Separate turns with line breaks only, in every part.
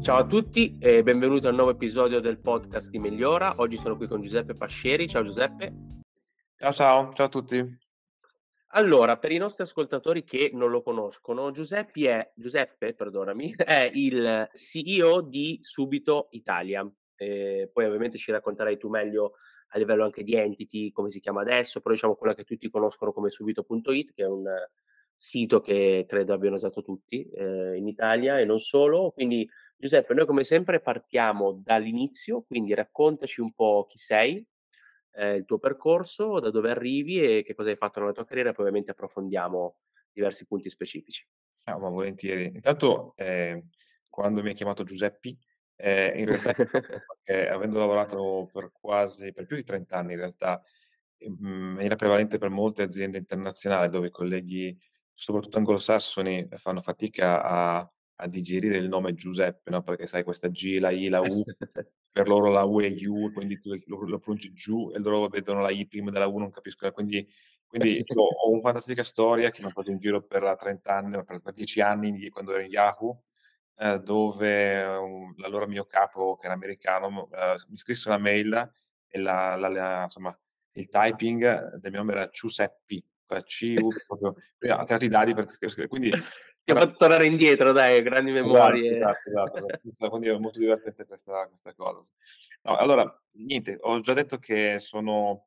Ciao a tutti e benvenuti a un nuovo episodio del podcast di Migliora. Oggi sono qui con Giuseppe Pascieri. Ciao Giuseppe.
Ciao, ciao, ciao a tutti.
Allora, per i nostri ascoltatori che non lo conoscono, Giuseppe, perdonami, è il CEO di Subito Italia. Poi ovviamente ci racconterai tu meglio a livello anche di entity, come si chiama adesso, però diciamo quella che tutti conoscono come subito.it, che è un sito che credo abbiano usato tutti, in Italia e non solo. Quindi Giuseppe, noi come sempre partiamo dall'inizio, quindi raccontaci un po' chi sei, il tuo percorso, da dove arrivi e che cosa hai fatto nella tua carriera, poi ovviamente approfondiamo diversi punti specifici.
Ma volentieri. Intanto, quando mi hai chiamato Giuseppi, in realtà perché avendo lavorato per più di 30 anni in realtà, in maniera prevalente per molte aziende internazionali dove i colleghi, soprattutto anglosassoni, fanno fatica a digerire il nome Giuseppe, no, perché sai questa G, la I, la U, per loro la U è U, quindi tu lo pronunci giù e loro vedono la I prima della U, non capiscono. Quindi io ho una fantastica storia che m'ha preso in giro per 30 anni, per 10 anni quando ero in Yahoo, dove l'allora mio capo, che era americano, mi scrisse una mail e insomma, il typing del mio nome era Ciuseppi, con la C-U proprio prima ha tirato i dadi per quindi
Ti ha
era
fatto tornare indietro dai, grandi
esatto,
memorie.
esatto, esatto, esatto. Quindi è molto divertente questa cosa. No, allora niente, ho già detto che sono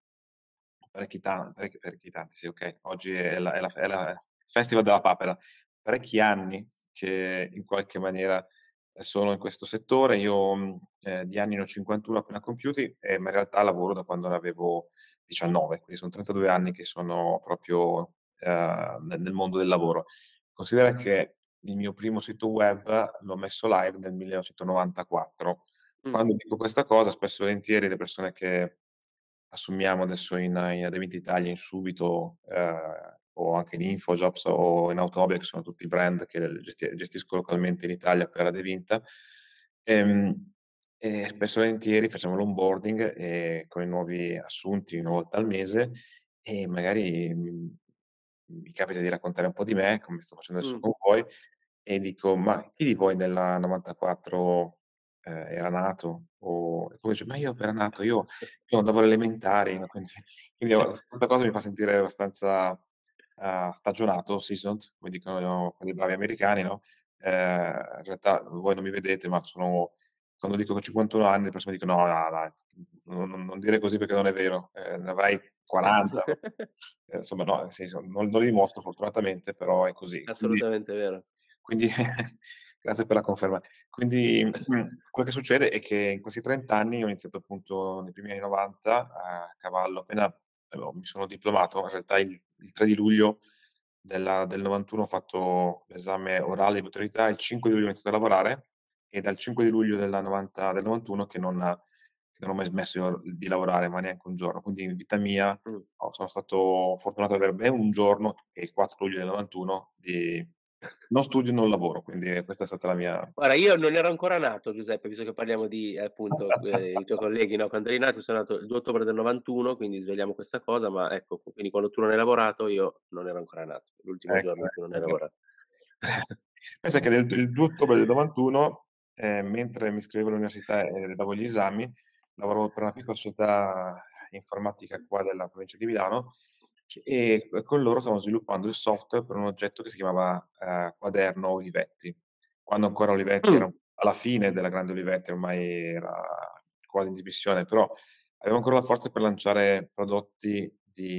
parecchi tanti, sì, okay. Oggi è la Festival della Papera. Parecchi anni che in qualche maniera, sono in questo settore. Io, di anni ne ho 51 appena compiuti, ma in realtà lavoro da quando ne avevo 19, quindi son 32 anni che sono proprio, nel mondo del lavoro. Considera che il mio primo sito web l'ho messo live nel 1994.
Mh,
Quando dico questa cosa, spesso e volentieri le persone che assumiamo adesso in Adevent Italia, in Subito, o anche in InfoJobs o in Autobia, che sono tutti brand che gestisco localmente in Italia per Adevinta, ehm, e spesso e volentieri facciamo l'onboarding, con i nuovi assunti una volta al mese e magari, mi capita di raccontare un po' di me, come sto facendo adesso
mh.
con voi, e dico: "Ma chi di voi nella '94, era nato?" O e poi dice: "Ma io appena nato, io andavo alle elementari", no, quindi questa cosa mi fa sentire abbastanza, stagionato, seasoned, come dicono quelli bravi americani, no, in realtà voi non mi vedete, ma sono quando dico che ho 51 anni le persone dicono: "No, no, dai, non dire così perché non è vero, ne avrai 40". Insomma no, nel senso non li dimostro fortunatamente, però è così.
Assolutamente vero.
Quindi grazie per la conferma. Quindi, quel che succede è che in questi 30 anni ho iniziato appunto nei primi anni '90 a cavallo appena mi sono diplomato, in realtà il 3 di luglio del '91 ho fatto l'esame orale di maturità, il 5 di luglio ho iniziato a lavorare e dal 5 di luglio del '91 che non ho mai smesso di lavorare, ma neanche un giorno. Quindi in vita mia
Mh.
sono stato fortunato ad avere ben un giorno, che è il 4 luglio del '91, di non studio, non lavoro, quindi questa è stata la mia
Guarda, io non ero ancora nato Giuseppe, visto che parliamo di, appunto, i tuoi colleghi, no, quando eri nato, io sono nato il 2 ottobre del '91, quindi svegliamo questa cosa, ma ecco, quindi quando tu non hai lavorato io non ero ancora nato, l'ultimo
ecco,
giorno in cui non hai
esatto.
lavorato.
Pensa che il 2 ottobre del '91, mentre mi iscrivevo all'università e davo gli esami, lavoravo per una piccola società informatica qua della provincia di Milano, e con loro stavamo sviluppando il software per un oggetto che si chiamava, Quaderno Olivetti. Quando ancora Olivetti
Mh,
era alla fine della grande Olivetti, ormai era quasi in dismissione, però aveva ancora la forza per lanciare prodotti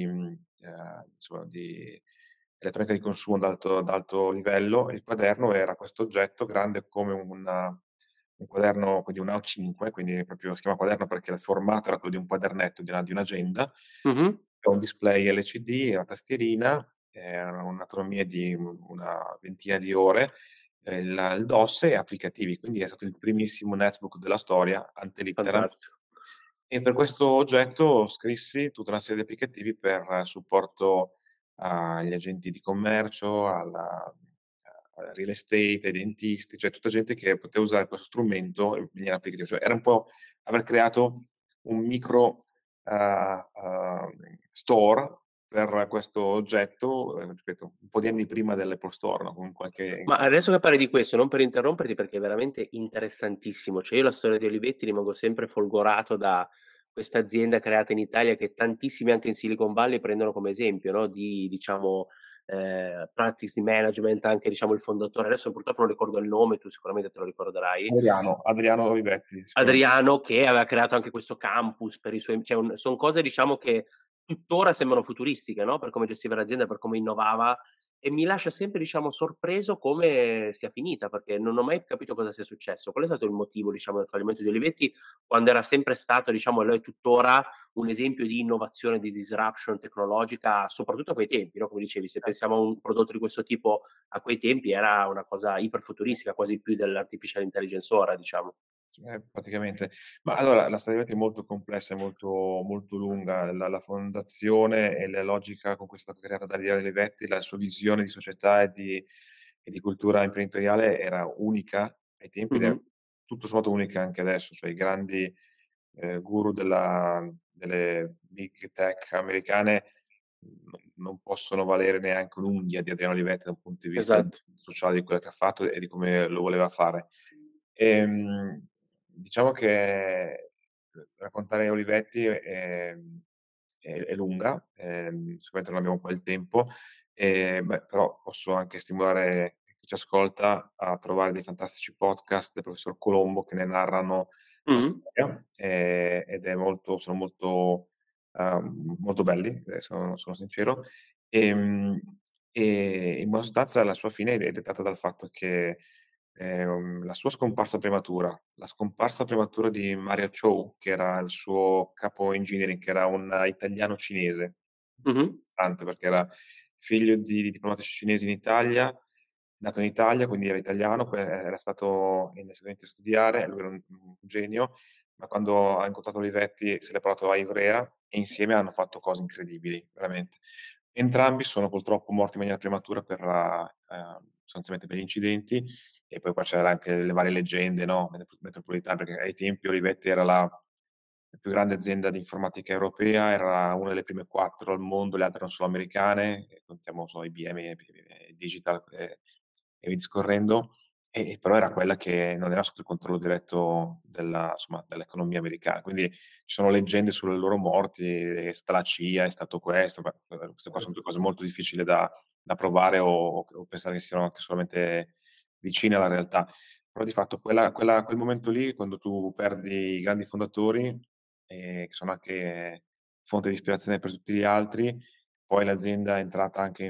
insomma di elettronica di consumo d'alto livello. Il quaderno era questo oggetto grande come un quaderno, quindi un A5, quindi proprio si chiama quaderno perché il formato era quello di un quadernetto, di un'agenda,
mh-mh.
con un display LCD e la tastierina, un'autonomia di una ventina di ore, il DOS e applicativi. Quindi è stato il primissimo netbook della storia, ante litteram.
Fantastico.
E per questo oggetto scrissi tutta una serie di applicativi per supporto agli agenti di commercio, al real estate, ai dentisti, cioè tutta gente che poteva usare questo strumento in maniera applicativa. Cioè era un po' aver creato un micro, store per questo oggetto, ripeto, un po' di anni prima dell'Apple Store, no, con qualche
Ma adesso che parli di questo, non per interromperti, perché è veramente interessantissimo. Cioè io la storia di Olivetti rimango sempre folgorato da questa azienda creata in Italia che tantissimi anche in Silicon Valley prendono come esempio, no, di diciamo, practice di management, anche diciamo il fondatore, adesso purtroppo non ricordo il nome, tu sicuramente te lo ricorderai.
Adriano Olivetti, sicuramente.
Adriano che aveva creato anche questo campus per i suoi, cioè son cose diciamo che tuttora sembrano futuristiche, no, per come gestiva l'azienda, per come innovava, e mi lascia sempre diciamo sorpreso come sia finita, perché non ho mai capito cosa sia successo. Qual è stato il motivo diciamo del fallimento di Olivetti, quando era sempre stato, diciamo, e lo è tuttora, un esempio di innovazione, di disruption tecnologica, soprattutto a quei tempi, no, come dicevi, se pensiamo a un prodotto di questo tipo a quei tempi era una cosa iperfuturistica, quasi più dell'artificial intelligence ora, diciamo.
Praticamente. Ma allora la storia di Olivetti è molto complessa, è molto lunga. La fondazione e la logica con cui è stata creata da Adriano Olivetti, la sua visione di società e di cultura imprenditoriale era unica ai tempi ed
Mh-mh.
è tutto sommato unica anche adesso. Cioè i grandi, guru delle big tech americane non possono valere neanche un'unghia di Adriano Olivetti da un punto di vista
Esatto.
sociale di quello che ha fatto e di come lo voleva fare. Diciamo che raccontare Olivetti è lunga, sicuramente non abbiamo qua il tempo, beh, però posso anche stimolare chi ci ascolta a trovare dei fantastici podcast del professor Colombo che ne narrano la
Mh-mh.
storia, ed è sono molto belli, sono sincero. Ehm, in buona sostanza la sua fine è dettata dal fatto che la sua scomparsa prematura, la scomparsa prematura di Mario Chou, che era il suo capo engineering, che era un italiano cinese,
Mh-mh.
interessante perché era figlio di diplomatici cinesi in Italia, nato in Italia, quindi era italiano, poi era stato in Stati Uniti a studiare, lui era un genio, ma quando ha incontrato Olivetti si è laureato a Ivrea e insieme hanno fatto cose incredibili, veramente. Entrambi sono purtroppo morti in maniera prematura sostanzialmente per gli incidenti e poi qua c'era anche le varie leggende, no, metropolitane, perché ai tempi Olivetti era la più grande azienda di informatica europea, era una delle prime 4 al mondo, le altre erano solo americane, e contiamo solo IBM e Digital, e via discorrendo, però era quella che non era sotto il controllo diretto dell'economia americana. Quindi ci sono leggende sulle loro morti, è stata la CIA, è stato questo, ma queste qua son tutte cose molto difficili da provare o pensare che siano anche solamente vicine alla realtà. Però di fatto quel momento lì, quando tu perdi i grandi fondatori, che sono anche fonte di ispirazione per tutti gli altri, poi l'azienda è entrata anche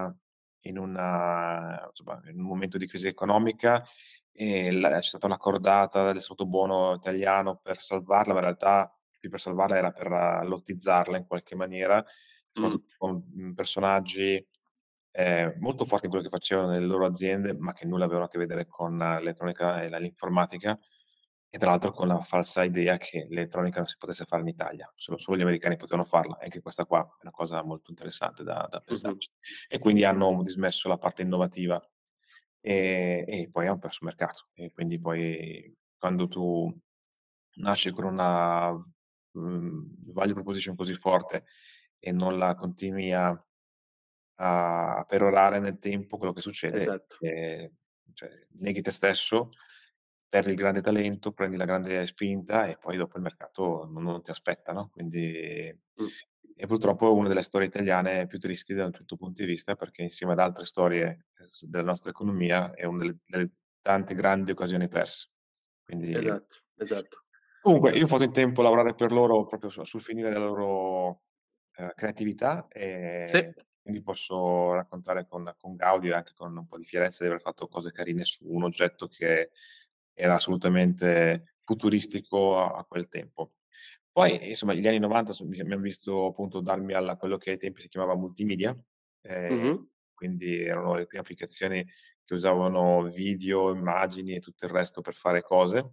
in un momento di crisi economica, c'è stata una cordata del sottobuono italiano per salvarla, ma in realtà più per salvarla era per lottizzarla in qualche maniera,
Mh.
soprattutto con, personaggi, molto forti in quello che facevano nelle loro aziende, ma che nulla avevano a che vedere con l'elettronica e l'informatica, e tra l'altro con la falsa idea che l'elettronica non si potesse fare in Italia, solo gli americani potevano farla. E anche questa qua è una cosa molto interessante da
Mh-mh.
pensarci. E quindi hanno dismesso la parte innovativa, e poi hanno perso mercato. E quindi poi quando tu nasci con una, value proposition così forte e non la continui a perorare nel tempo, quello che succede,
Esatto.
cioè neghi te stesso, perdi il grande talento, prendi la grande spinta e poi dopo il mercato non ti aspetta, no, quindi
Mh.
purtroppo è una delle storie italiane più tristi da un certo punto di vista, perché insieme ad altre storie, della nostra economia è una delle tante grandi occasioni perse. Quindi
Esatto, esatto.
comunque io ho fatto in tempo a lavorare per loro proprio sul finire della loro, creatività,
Sì,
quindi posso raccontare con gaudio e anche con un po' di fierezza di aver fatto cose carine su un oggetto che era assolutamente futuristico a quel tempo. Poi, insomma, gli anni '90 mi han visto appunto darmi alla quello che ai tempi si chiamava multimedia, ehm,
mh-mh,
quindi erano le prime applicazioni che usavano video, immagini e tutto il resto per fare cose.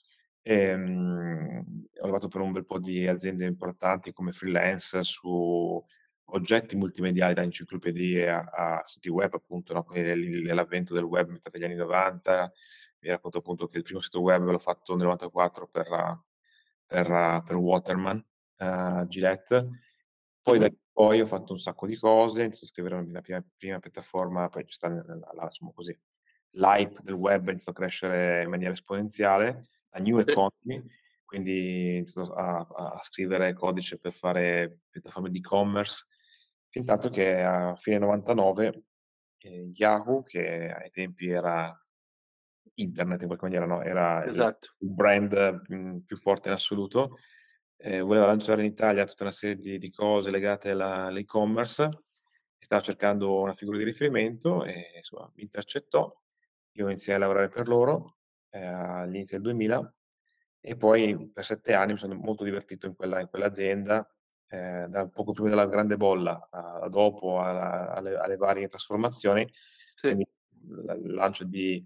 Ho lavorato per un bel po' di aziende importanti come freelancer su oggetti multimediali, da enciclopedie a siti web appunto, no, l'avvento del web a metà degli anni '90. Vi racconto appunto che il primo sito web l'ho fatto nel '94 per Waterman, Gillette. Poi da
Mh-mh.
lì in poi ho fatto un sacco di cose, ho iniziato a scrivere la mia prima piattaforma, poi ci sta la diciamo così, l'hype del web ha iniziato a crescere in maniera esponenziale, la new
Sì.
economy, quindi ho iniziato a scrivere codice per fare piattaforme di e-commerce, fintanto che a fine '99, Yahoo, che ai tempi era internet in qualche maniera, no, era
Esatto.
il brand, più forte in assoluto, voleva lanciare in Italia tutta una serie di cose legate all'e-commerce e stava cercando una figura di riferimento e insomma mi intercettò. Io iniziai a lavorare per loro, all'inizio del 2000 e poi per 7 anni mi sono molto divertito in quell'azienda, da poco prima della grande bolla a dopo alle varie trasformazioni,
Sì.
quindi il lancio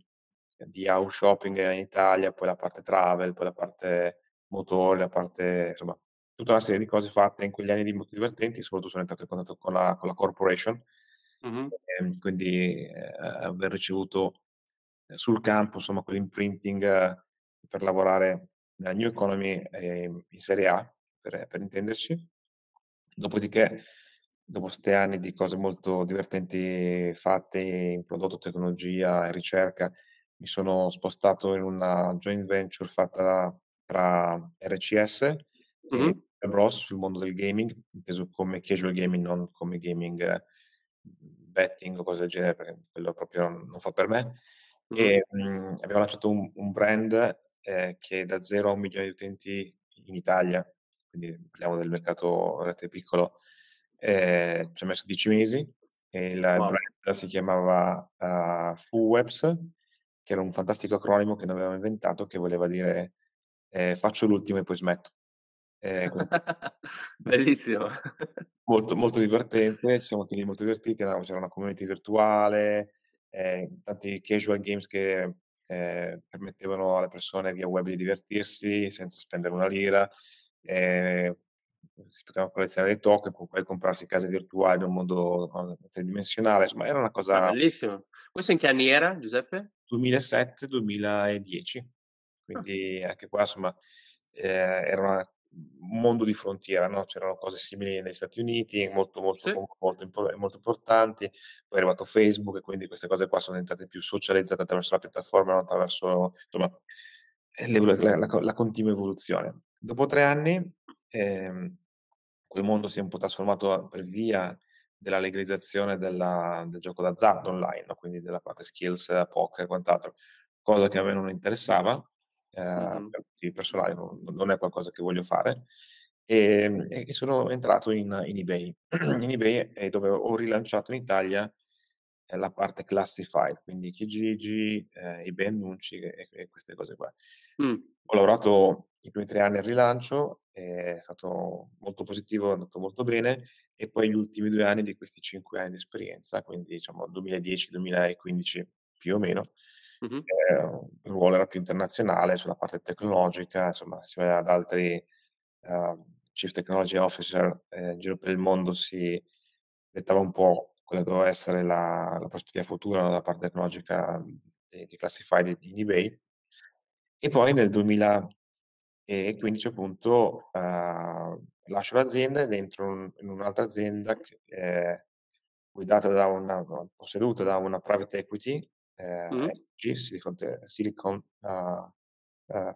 di house shopping in Italia, poi la parte travel, poi la parte motori, la parte insomma, tutta una serie di cose fatte in quegli anni lì molto divertenti, soprattutto sono entrato in contatto con la corporation,
Mh-mh.
quindi, aver ricevuto, sul campo insomma quell'imprinting per lavorare nella new economy, in serie A, per intenderci. Dopodiché, dopo 7 anni di cose molto divertenti fatte in prodotto, tecnologia e ricerca, mi sono spostato in una joint venture fatta tra RCS
Mh-mh.
e Warner Bros. Sul mondo del gaming, inteso come casual gaming, non come gaming, betting o cose del genere, perché quello proprio non fa per me.
Mh-mh.
Abbiamo lanciato un brand, che da 0 a 1.000.000 di utenti in Italia, quindi parliamo del mercato relativamente piccolo, ci ha messo 10 mesi e il
Wow.
brand si chiamava, FuWebs, che era un fantastico acronimo che noi avevamo inventato, che voleva dire, "faccio l'ultimo e poi smetto". Quindi
Bellissimo.
molto, molto divertente, ci siamo quindi molto divertiti, c'era una community virtuale, tanti casual games che, permettevano alle persone via web di divertirsi senza spendere una lira, ehm, si potevano collezionare dei token con cui comprarsi case virtuali nel mondo, tridimensionale, insomma era una
Ah,
cosa
bellissimo. Questo in che anni era, Giuseppe?
2007, 2010.
Ah,
Quindi anche qua insomma, era un mondo di frontiera, no, c'erano cose simili negli Stati Uniti, molto, molto
sì.
molto importanti. Poi è arrivato Facebook e quindi queste cose qua sono diventate più socializzate attraverso la piattaforma, non attraverso insomma, la continua evoluzione. Dopo 3 anni, quel mondo si è un po' trasformato per via della legalizzazione del gioco d'azzardo online, no, quindi della parte skills, poker e quant'altro, cosa che a me non interessava,
Mh-mh.
per motivi personali, non è qualcosa che voglio fare. E sono entrato in eBay. In eBay è dove ho rilanciato in Italia, la parte classified, quindi Kijiji, eBay Annunci e queste cose qua.
Mh.
Ho lavorato i primi 3 anni al rilancio, è stato molto positivo, è andato molto bene, e poi gli ultimi 2 anni di questi 5 anni di esperienza, quindi diciamo 2010, 2015 più o meno,
Mh-mh.
il ruolo era più internazionale sulla parte tecnologica, insomma assieme ad altri, chief technology officer, in giro per il mondo si dettava un po' quella che doveva essere la prospettiva futura, no, dalla parte tecnologica, di classified in eBay. E poi nel 2015 appunto, lascio l'azienda ed entro in un'altra azienda che è guidata da una posseduta da una private equity,
Mh.
STG, Silicon, uhm,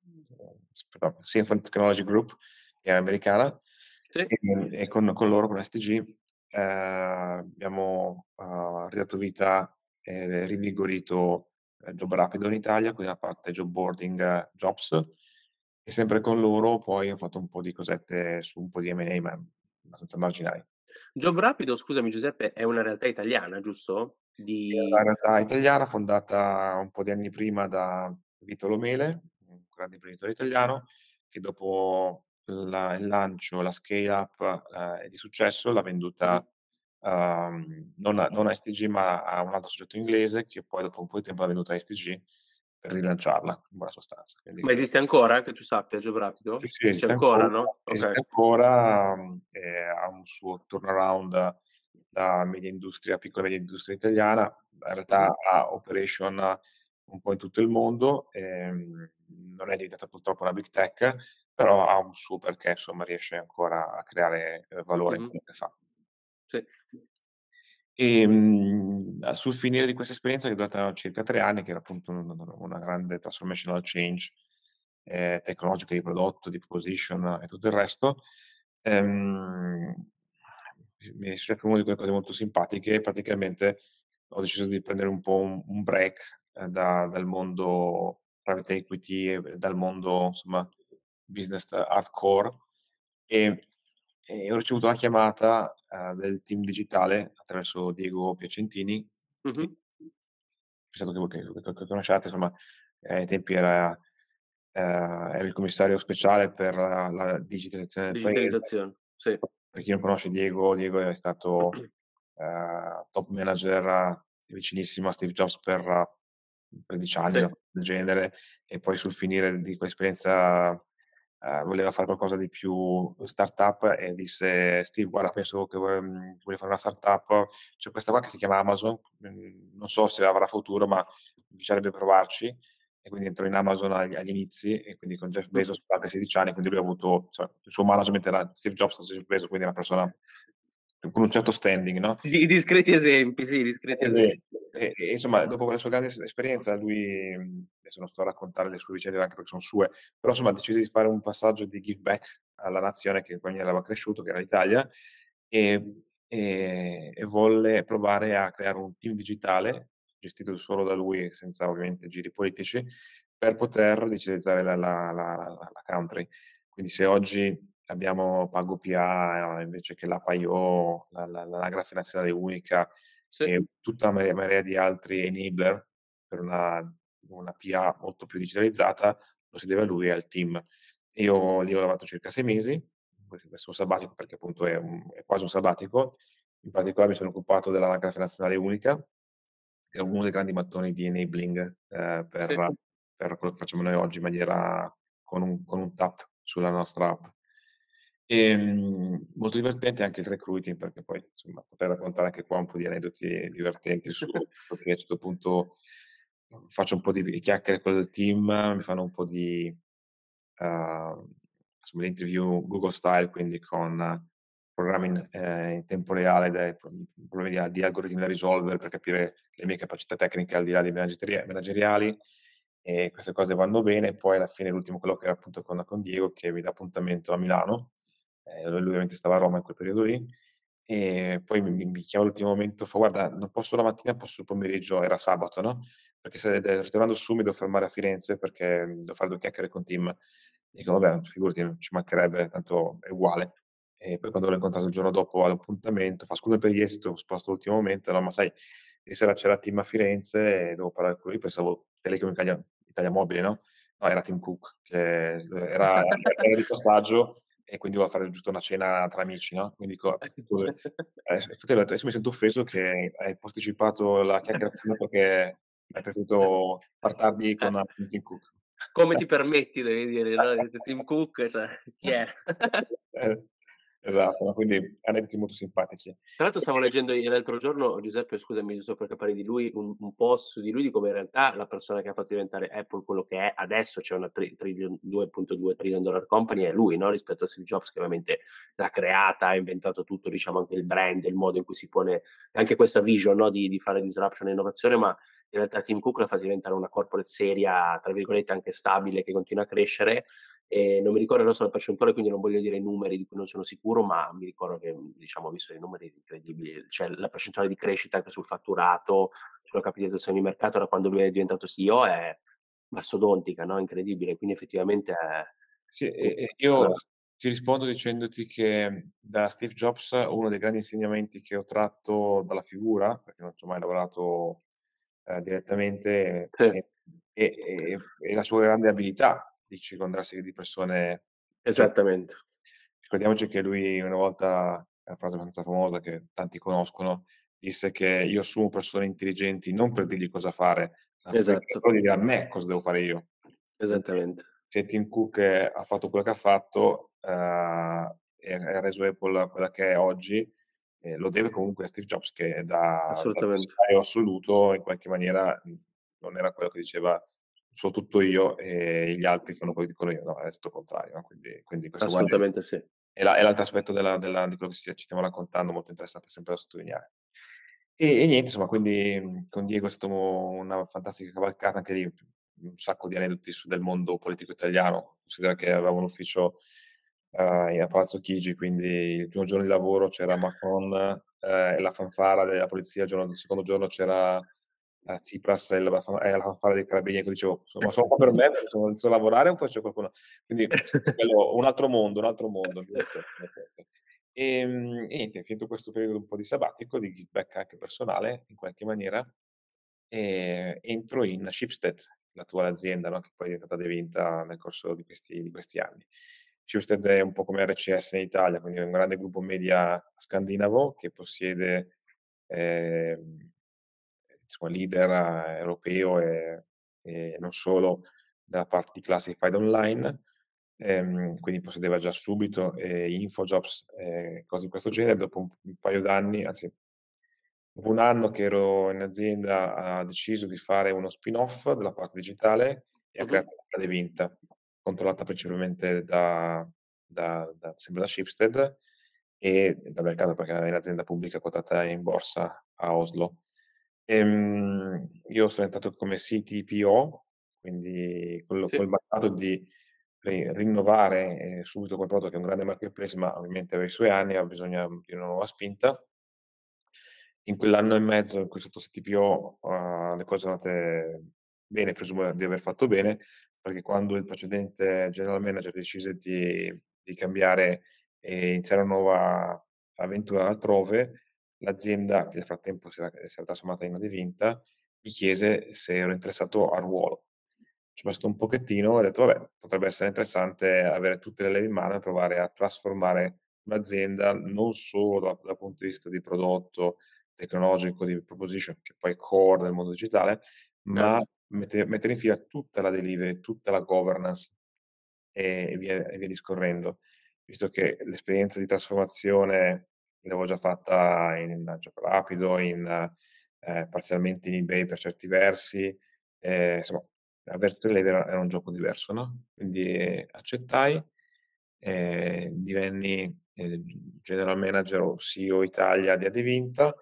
Silicon Technology Group, che è americana,
Sì.
e con loro, con STG, abbiamo, ridato vita e rivigorito, Job Rapido in Italia, quindi la parte job boarding, jobs, e sempre con loro poi ho fatto un po' di cosette su un po' di M&A, ma abbastanza marginali.
Job Rapido, scusami Giuseppe, è una realtà italiana, giusto?
Era una
Di
realtà italiana fondata un po' di anni prima da Vito Lo Mele, un grande imprenditore italiano, che dopo il lancio, la scale up, di successo l'ha
Mh-mh.
venduta, non a STG ma a un altro soggetto inglese, che poi dopo un po' di tempo l'ha venduta a STG per rilanciarla, in buona sostanza.
Ma
Quindi
esiste ancora, che tu sappia, Job
sì,
Rapido?
sì,
C'è ancora, no? Okay.
esiste ancora, ha un suo turnaround da media industria, piccola e media industria italiana, in realtà
Mh-mh.
ha operation un po' in tutto il mondo, non è diventata purtroppo una big tech, però ha un suo perché, insomma, riesce ancora a creare, valore in
Mh-mh.
quello che fa.
Sì.
Sul finire di questa esperienza, che è durata circa 3 anni, che era appunto una grande transformational change, tecnologica, di prodotto, di proposition e tutto il resto, ehm, mi è successo una di quelle cose molto simpatiche. Praticamente ho deciso di prendere un po' un break, dal mondo private equity e dal mondo, insomma, business hardcore, e ho ricevuto la chiamata, del team digitale attraverso Diego Piacentini,
Mh-mh.
che pensato che conosciate, insomma, ai tempi era il commissario speciale per la digitalizzazione del paese.
Digitalizzazione, sì.
Per chi non conosce Diego è stato, top manager, vicinissimo a Steve Jobs per 13 anni,
Sì.
una cosa del genere, e poi sul finire di quell'esperienza, voleva fare qualcosa di più startup e disse: "Steve, guarda, penso che voglio fare una startup, c'è questa qua che si chiama Amazon, non so se avrà futuro, ma mi piacerebbe provarci." E quindi entrò in Amazon agli inizi, e quindi con Jeff
Mh.
Bezos per altri 16 anni, quindi lui ha avuto, insomma, il suo management era Steve Jobs e Jeff Bezos, quindi è una persona con un certo standing, no?
Di discreti esempi, sì, discreti esempi.
Esatto. E insomma, dopo quella sua grande esperienza, lui, adesso non sto a raccontare le sue vicende anche perché son sue, però insomma decise di fare un passaggio di give back alla nazione che poi aveva cresciuto, che era l'Italia, e volle provare a creare un team digitale, gestito solo da lui e senza ovviamente giri politici, per poter digitalizzare la country. Quindi se oggi abbiamo PagoPA, invece che l'app IO, l'anagrafe nazionale unica
Sì.
e tutta una marea di altri enabler per una PA molto più digitalizzata, lo si deve a lui e al team. Io lì ho lavorato circa 6 mesi, poi ho messo un sabbatico perché appunto è quasi un sabbatico. In particolare mi sono occupato dell'anagrafe nazionale unica, che è uno dei grandi mattoni di enabling,
Sì.
per quello che facciamo noi oggi in maniera con un tap sulla nostra app. Molto divertente anche il recruiting, perché poi, insomma, potrei raccontare anche qua un po' di aneddoti divertenti su perché a un certo punto faccio un po' di chiacchiere con il team, mi fanno un po' di, insomma, di interview Google style, quindi con programmi in tempo reale, problemi di algoritmi da risolvere per capire le mie capacità tecniche al di là di manageriali, e queste cose vanno bene. Poi alla fine l'ultimo colloquio era appunto con Diego, che mi dà appuntamento a Milano, lui ovviamente stava a Roma in quel periodo lì, e poi mi chiama all'ultimo momento, fa: "Guarda, non posso la mattina, posso il pomeriggio", era sabato, no, perché se ritornando su mi devo fermare a Firenze perché devo fare 2 chiacchiere con Tim. Dico: "Vabbè, figurati, ci mancherebbe, tanto è uguale." E poi quando l'ho incontrato il giorno dopo all'appuntamento, fa: "Scusa per ieri, ti ho spostato all'ultimo momento, no, ma sai, ieri sera c'era Tim a Firenze e devo parlare con lui." Pensavo Telecom Italia Mobili, no? No, era Tim Cook, che era di passaggio e quindi voleva fare giusto una cena tra amici, no, quindi dico: "Scusi", infatti ho detto: "Adesso mi sento offeso che hai posticipato la chiacchiera con me perché hai preferito far tardi
Eh,
con Tim Cook."
come ti permetti devi dire, no, Tim Cook, cioè chi è?
Eh, esatto, no, quindi aneddoti molto simpatici.
Tra l'altro stavo leggendo l'altro giorno, Giuseppe, scusami giusto per capire di lui, un post su di lui, di come in realtà la persona che ha fatto diventare Apple quello che è adesso, cioè una 2.2 trillion dollar company, è lui, no, rispetto a Steve Jobs che ovviamente l'ha creata, ha inventato tutto, diciamo anche il brand, il modo in cui si pone anche questa vision, no, di fare disruption e innovazione, ma in realtà Tim Cook l'ha fatta diventare una corporate seria, tra virgolette anche stabile, che continua a crescere. Non mi ricordo adesso la percentuale, quindi non voglio dire numeri di cui non sono sicuro, ma mi ricordo che, diciamo, ho visto dei numeri incredibili, cioè la percentuale di crescita anche sul fatturato, sulla capitalizzazione di mercato da quando lui è diventato CEO è mastodontica, no, incredibile. Quindi effettivamente è
Sì,
un
e
una
io ti rispondo dicendoti che da Steve Jobs uno dei grandi insegnamenti che ho tratto dalla figura, perché non c'ho mai lavorato, direttamente,
sì,
e la sua grande abilità di circondarsi di persone, cioè,
esattamente,
ricordiamoci che lui una volta, è una frase abbastanza famosa che tanti conoscono, disse che: "Io assumo persone intelligenti non per dirgli cosa fare, ma perché
esatto,
loro dire a me cosa devo fare io." Quindi
esattamente.
se Tim Cook ha fatto quello che ha fatto, e ha reso Apple quella che è oggi, lo deve comunque a Steve Jobs, che da
Assolutamente.
avversario assoluto in qualche maniera, non era quello che diceva so tutto io e gli altri fanno quello che dicono io. No, è tutto il contrario, no, quindi questo qua
Assolutamente sì.
è l'altro aspetto di quello che ci stiamo raccontando, molto interessante sempre da sottolineare. E niente, insomma, quindi, con Diego è stato una fantastica cavalcata, anche lì un sacco di aneddoti del mondo politico italiano. Considera che avevamo un ufficio, a Palazzo Chigi, quindi il primo giorno di lavoro c'era Macron, e la fanfara della polizia, il secondo giorno c'era, Tsipras e la fanfara dei carabinieri, che dicevo: "Ma sono qua per me, sono inizio a lavorare o poi c'è qualcuno", quindi quello un altro mondo, divertente. E niente, finito questo periodo un po' di sabbatico, di give back anche personale in qualche maniera, entro in Schibsted, l'attuale azienda, no, che poi è diventata De-Vinta nel corso di questi anni. Schibsted è un po' come RCS in Italia, quindi è un grande gruppo media scandinavo che possiede, ehm, insomma leader europeo e non solo dalla parte di classified online, quindi possedeva già subito, Infojobs, cose di questo genere. Dopo un paio d'anni, anzi dopo 1 anno che ero in azienda, ha deciso di fare uno spin-off della parte digitale e ha
Mh-mh.
creato la De-Vinta, controllata principalmente da sempre da Schibsted e dal mercato, perché è un'azienda pubblica quotata in borsa a Oslo. Io sono entrato come CTPO, quindi col
Sì.
mandato di rinnovare, subito quel prodotto che è un grande marketplace, ma ovviamente aveva i suoi anni, aveva bisogno di una nuova spinta. In quell'anno e mezzo in cui sono stato CTPO, le cose sono andate bene, presumo di aver fatto bene, perché quando il precedente general manager decise di cambiare e iniziare una nuova avventura altrove, l'azienda, che nel frattempo si era trasformata in Adevinta, mi chiese se ero interessato al ruolo. Ci ho pensato un pochettino e ho detto: "Vabbè, potrebbe essere interessante avere tutte le leve in mano e provare a trasformare un'azienda non solo dal punto di vista di prodotto tecnologico, di proposition, che poi è core del mondo digitale, ma
Certo.
mettere in fila tutta la delivery, tutta la governance e via discorrendo. Visto che l'esperienza di trasformazione l'avevo già fatta in Gioco Rapido, parzialmente in eBay per certi versi, insomma avere tutte le leve era un gioco diverso, no, quindi accettai, divenni, general manager o CEO Italia di Adevinta,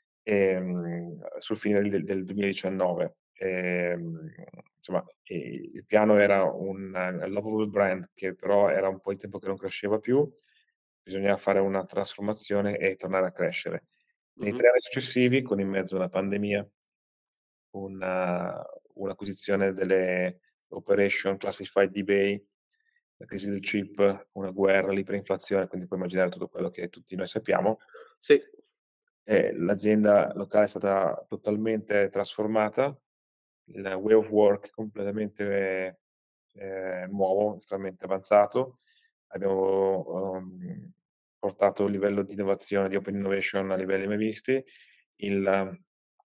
sul finire del 2019. Insomma, il piano era un lovable brand che però era un po' di tempo che non cresceva più, bisognava fare una trasformazione e tornare a crescere. Nei
Mh-mh.
3 anni successivi, con in mezzo una pandemia, una un'acquisizione delle operation classified di eBay, la crisi del chip, una guerra, l'iperinflazione, quindi puoi immaginare tutto quello che tutti noi sappiamo.
Sì.
L'azienda locale è stata totalmente trasformata, il way of work completamente, nuovo, estremamente avanzato. Abbiamo, portato un livello di innovazione, di open innovation a livelli mai visti. Il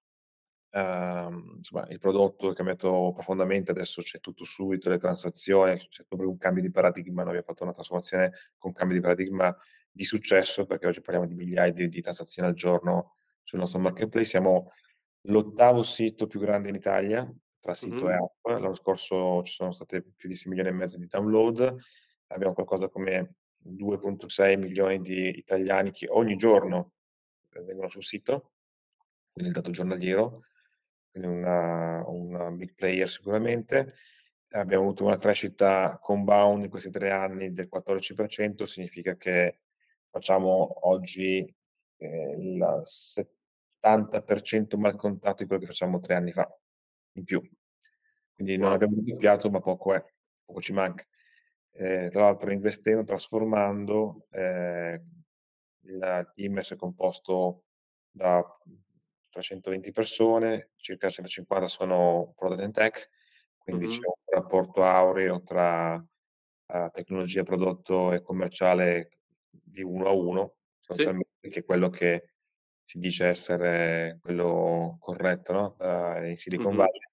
insomma, il prodotto è cambiato profondamente, adesso c'è tutto subito, le transazioni, c'è proprio un cambio di paradigma. Noi abbiamo fatto una trasformazione con cambio di paradigma di successo, perché oggi parliamo di migliaia di transazioni al giorno sul nostro marketplace. Siamo l'8º sito più grande in Italia, tra sito
Mh-mh.
e app. L'anno scorso ci sono state più di 6,5 milioni di download. Abbiamo qualcosa come 2,6 milioni di italiani che ogni giorno, vengono sul sito, quindi il dato giornaliero, quindi un big player sicuramente. Abbiamo avuto una crescita compound in questi 3 anni del 14%, significa che facciamo oggi, il 70% mal contato di quello che facevamo 3 anni fa, in più. Quindi non
Wow.
abbiamo doppiato, ma poco è, poco ci manca. Tra l'altro investendo, trasformando, il team si è composto da 320 persone, circa 150 sono product and tech, quindi c'è
Mh-mh.
un rapporto aureo tra, tecnologia, prodotto e commerciale di 1 a 1,
Sì.
sostanzialmente, che è quello che si dice essere quello corretto, no, in Silicon
Mh-mh.
Valley.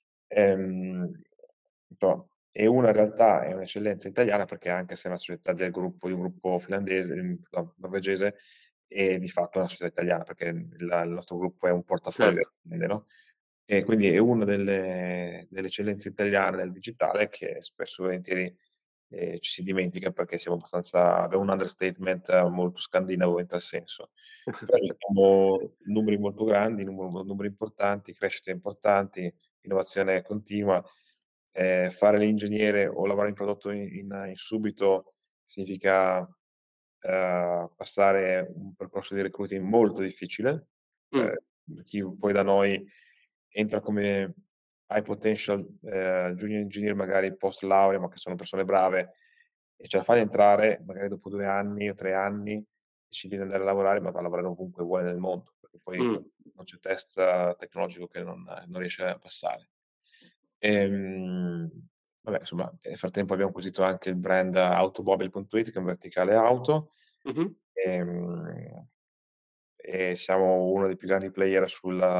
Insomma, e una in realtà è un'eccellenza italiana, perché anche se è una società di un gruppo finlandese, no, norvegese, è di fatto una società italiana, perché il nostro gruppo è un portafoglio di
Certo.
aziende, no, E quindi è una delle eccellenze italiane del digitale che spesso e volentieri, ci si dimentica perché siamo abbastanza abbiamo un understatement molto scandinavo in tal senso. Però gestiamo numeri molto grandi, numeri importanti, crescite importanti, innovazione continua. Fare l'ingegnere o lavorare in prodotto in subito significa, passare un percorso di recruiting molto difficile, cioè
Mh,
chi poi da noi entra come high potential, junior engineer magari post laurea, ma che sono persone brave e ce la fai ad entrare, magari dopo 2 anni o 3 anni decide di andare a lavorare, ma va a lavorare ovunque vuole nel mondo, perché poi
mh,
non c'è test tecnologico che non riesce a passare. Ehm, vabbè insomma, nel frattempo abbiamo acquisito anche il brand Automobil.it che è un verticale auto,
mh-mh,
ehm e siamo uno dei più grandi player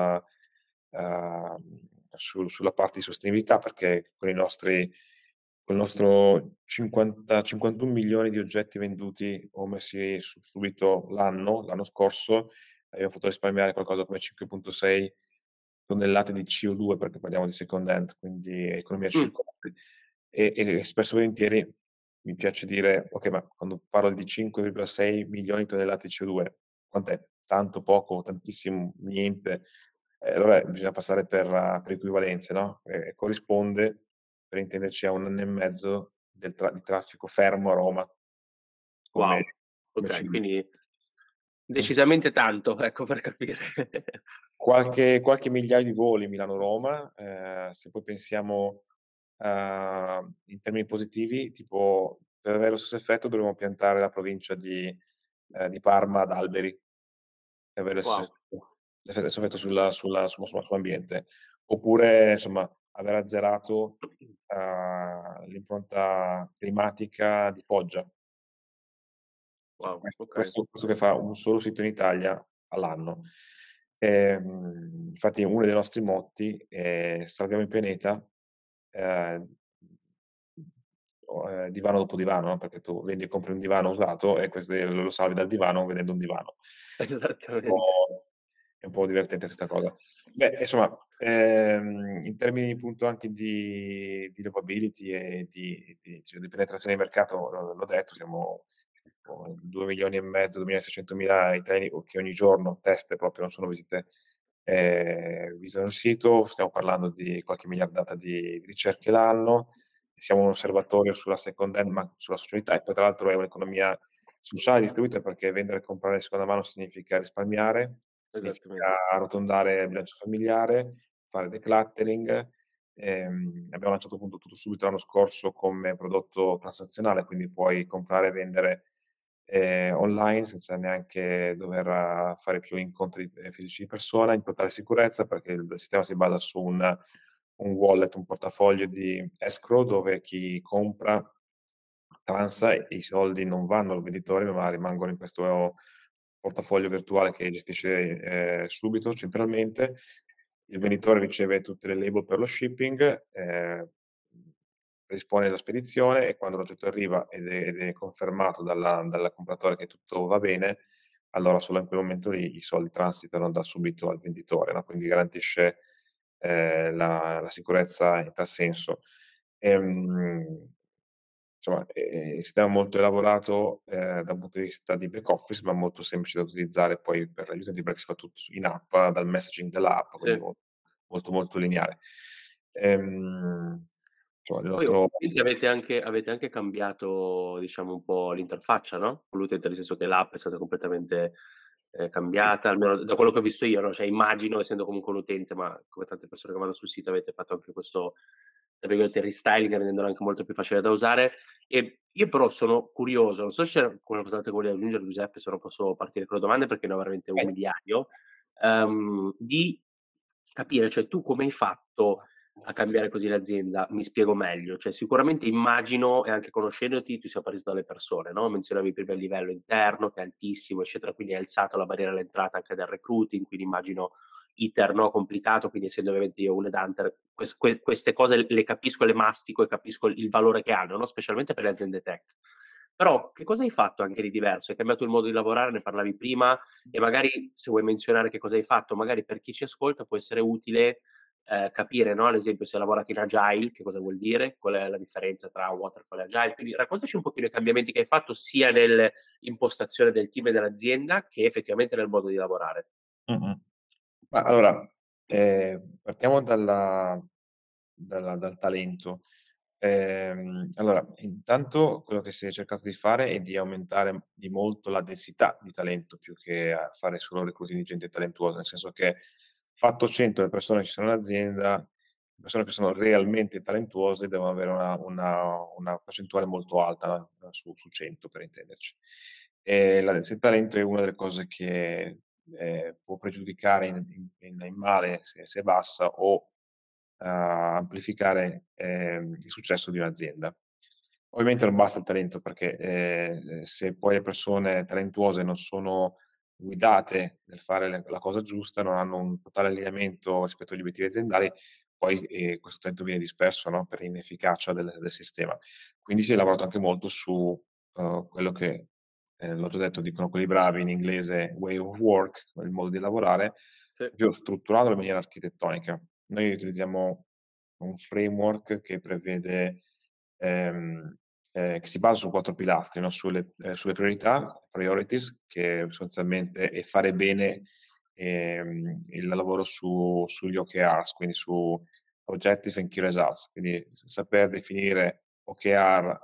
sulla parte di sostenibilità, perché col nostro 51.000.000 di oggetti venduti o messi subito l'anno scorso, abbiamo fatto risparmiare qualcosa come 5.6 tonnellate di CO2, perché parliamo di second hand, quindi economia
mh,
circolare. E spesso e volentieri mi piace dire: "Okay, ma quando parlo di 5,6 milioni di tonnellate di CO2, quant'è? Tanto, poco, tantissimo, niente?" Allora bisogna passare per equivalenze, no, corrisponde, per intenderci, a 1 anno e mezzo di traffico fermo a Roma come
wow.
come
Okay,
CO2.
quindi
Mh.
decisamente tanto, ecco, per capire.
Qualche migliaio di voli Milano-Roma, se poi pensiamo, in termini positivi, tipo per avere lo stesso effetto dovremmo piantare la provincia di Parma ad alberi, per avere lo stesso
Wow,
effetto stesso effetto sull'ambiente. Oppure, insomma, aver azzerato, l'impronta climatica di Foggia. Cioè
wow, okay.
questo che fa un solo sito in Italia all'anno. Infatti uno dei nostri motti è "Salviamo il pianeta", ehm, divano dopo divano, no, perché tu vendi e compri un divano usato e questo lo salvi dal divano vendendo un divano. Un
Esattamente.
po' è un po' divertente questa cosa. Beh, insomma, in termini appunto anche di livability e cioè di penetrazione di mercato, l'ho detto, siamo tipo 2.500.000, 2.600.000 italiani o che ogni giorno test proprio, non sono visite, visitano il sito, stiamo parlando di qualche miliardata di ricerche l'anno, siamo un osservatorio sulla second hand, ma sulla socialità e poi tra l'altro è un'economia sociale distribuita perché vendere e comprare di seconda mano significa risparmiare, significa
Esattamente.
arrotondare il bilancio familiare, fare decluttering. Abbiamo lanciato appunto tutto subito l'anno scorso come prodotto transazionale, quindi puoi comprare e vendere, online senza neanche dover fare più incontri, fisici di persona, in totale sicurezza perché il sistema si basa su un wallet, un portafoglio di escrow dove chi compra avanza e i soldi non vanno al venditore, ma rimangono in questo portafoglio virtuale che gestisce, subito centralmente. Il venditore riceve tutte le label per lo shipping, predispone la spedizione e quando l'oggetto arriva ed è confermato dal compratore che tutto va bene, allora solo in quel momento lì i soldi transitano da subito al venditore, no, quindi garantisce, la sicurezza in tal senso. Ehm Insomma, il sistema molto elaborato, da un punto di vista di back office, ma molto semplice da utilizzare poi per gli utenti perché si fa tutto in app, dal messaging dell'app, quindi
Sì.
molto, molto lineare. Insomma il
Poi
nostro
ovviamente avete anche cambiato, diciamo, un po' l'interfaccia, no, con l'utente, nel senso che l'app è stata completamente,
sì,
cambiata, almeno da quello che ho visto io, no, cioè immagino, essendo comunque un utente, ma come tante persone che vanno sul sito avete fatto anche questo, tra virgolette, "restyling", rendendolo anche molto più facile da usare. E io però sono curioso, non so se c'era qualcos'altro che volevi aggiungere Giuseppe, se no posso partire con le domande perché ne ho veramente un
vai.
miliardo, di capire, cioè tu come hai fatto a cambiare così l'azienda? Mi spiego meglio, cioè sicuramente immagino, e anche conoscendoti, tu sia partito dalle persone, no, menzionavi prima il livello interno che è altissimo, eccetera, quindi hai alzato la barriera all'entrata anche del recruiting, quindi immagino iter, no, complicato, quindi essendo ovviamente io un headhunter, queste cose le capisco e le mastico e capisco il valore che hanno, no, specialmente per le aziende tech. Però che cosa hai fatto anche di diverso? Hai cambiato il modo di lavorare, ne parlavi prima, e magari se vuoi menzionare che cosa hai fatto, magari per chi ci ascolta può essere utile, capire, no, ad esempio se lavorate in agile, che cosa vuol dire, qual è la differenza tra waterfall e agile. Quindi raccontaci un pochino i cambiamenti che hai fatto sia nell'impostazione del team e dell'azienda, che effettivamente nel modo di lavorare.
Mh-mh. Ma allora, partiamo dal talento. Allora, intanto quello che si è cercato di fare è di aumentare di molto la densità di talento, più che a fare solo recluting di gente talentuosa, nel senso che fatto 100 le persone che ci sono in azienda, le persone che sono realmente talentuose devono avere una percentuale molto alta, su 100 per intenderci. La densità di talento è una delle cose che, può pregiudicare in male se è bassa o amplificare, il successo di un'azienda. Ovviamente non basta il talento perché, se poi le persone talentuose non sono guidate nel fare la cosa giusta, non hanno un totale allineamento rispetto agli obiettivi aziendali, poi, questo talento viene disperso, no, per inefficacia del sistema. Quindi si è lavorato anche molto su, quello che, l'ho già detto, dicono quelli bravi in inglese way of work, il modo di lavorare,
Sì.
proprio strutturarlo in maniera architettonica. Noi utilizziamo un framework che prevede che si basa su 4 pilastri, no, sulle priorità, priorities, che sostanzialmente è fare bene, il lavoro sugli OKRs, quindi su Objective and Key Results, quindi saper definire OKR,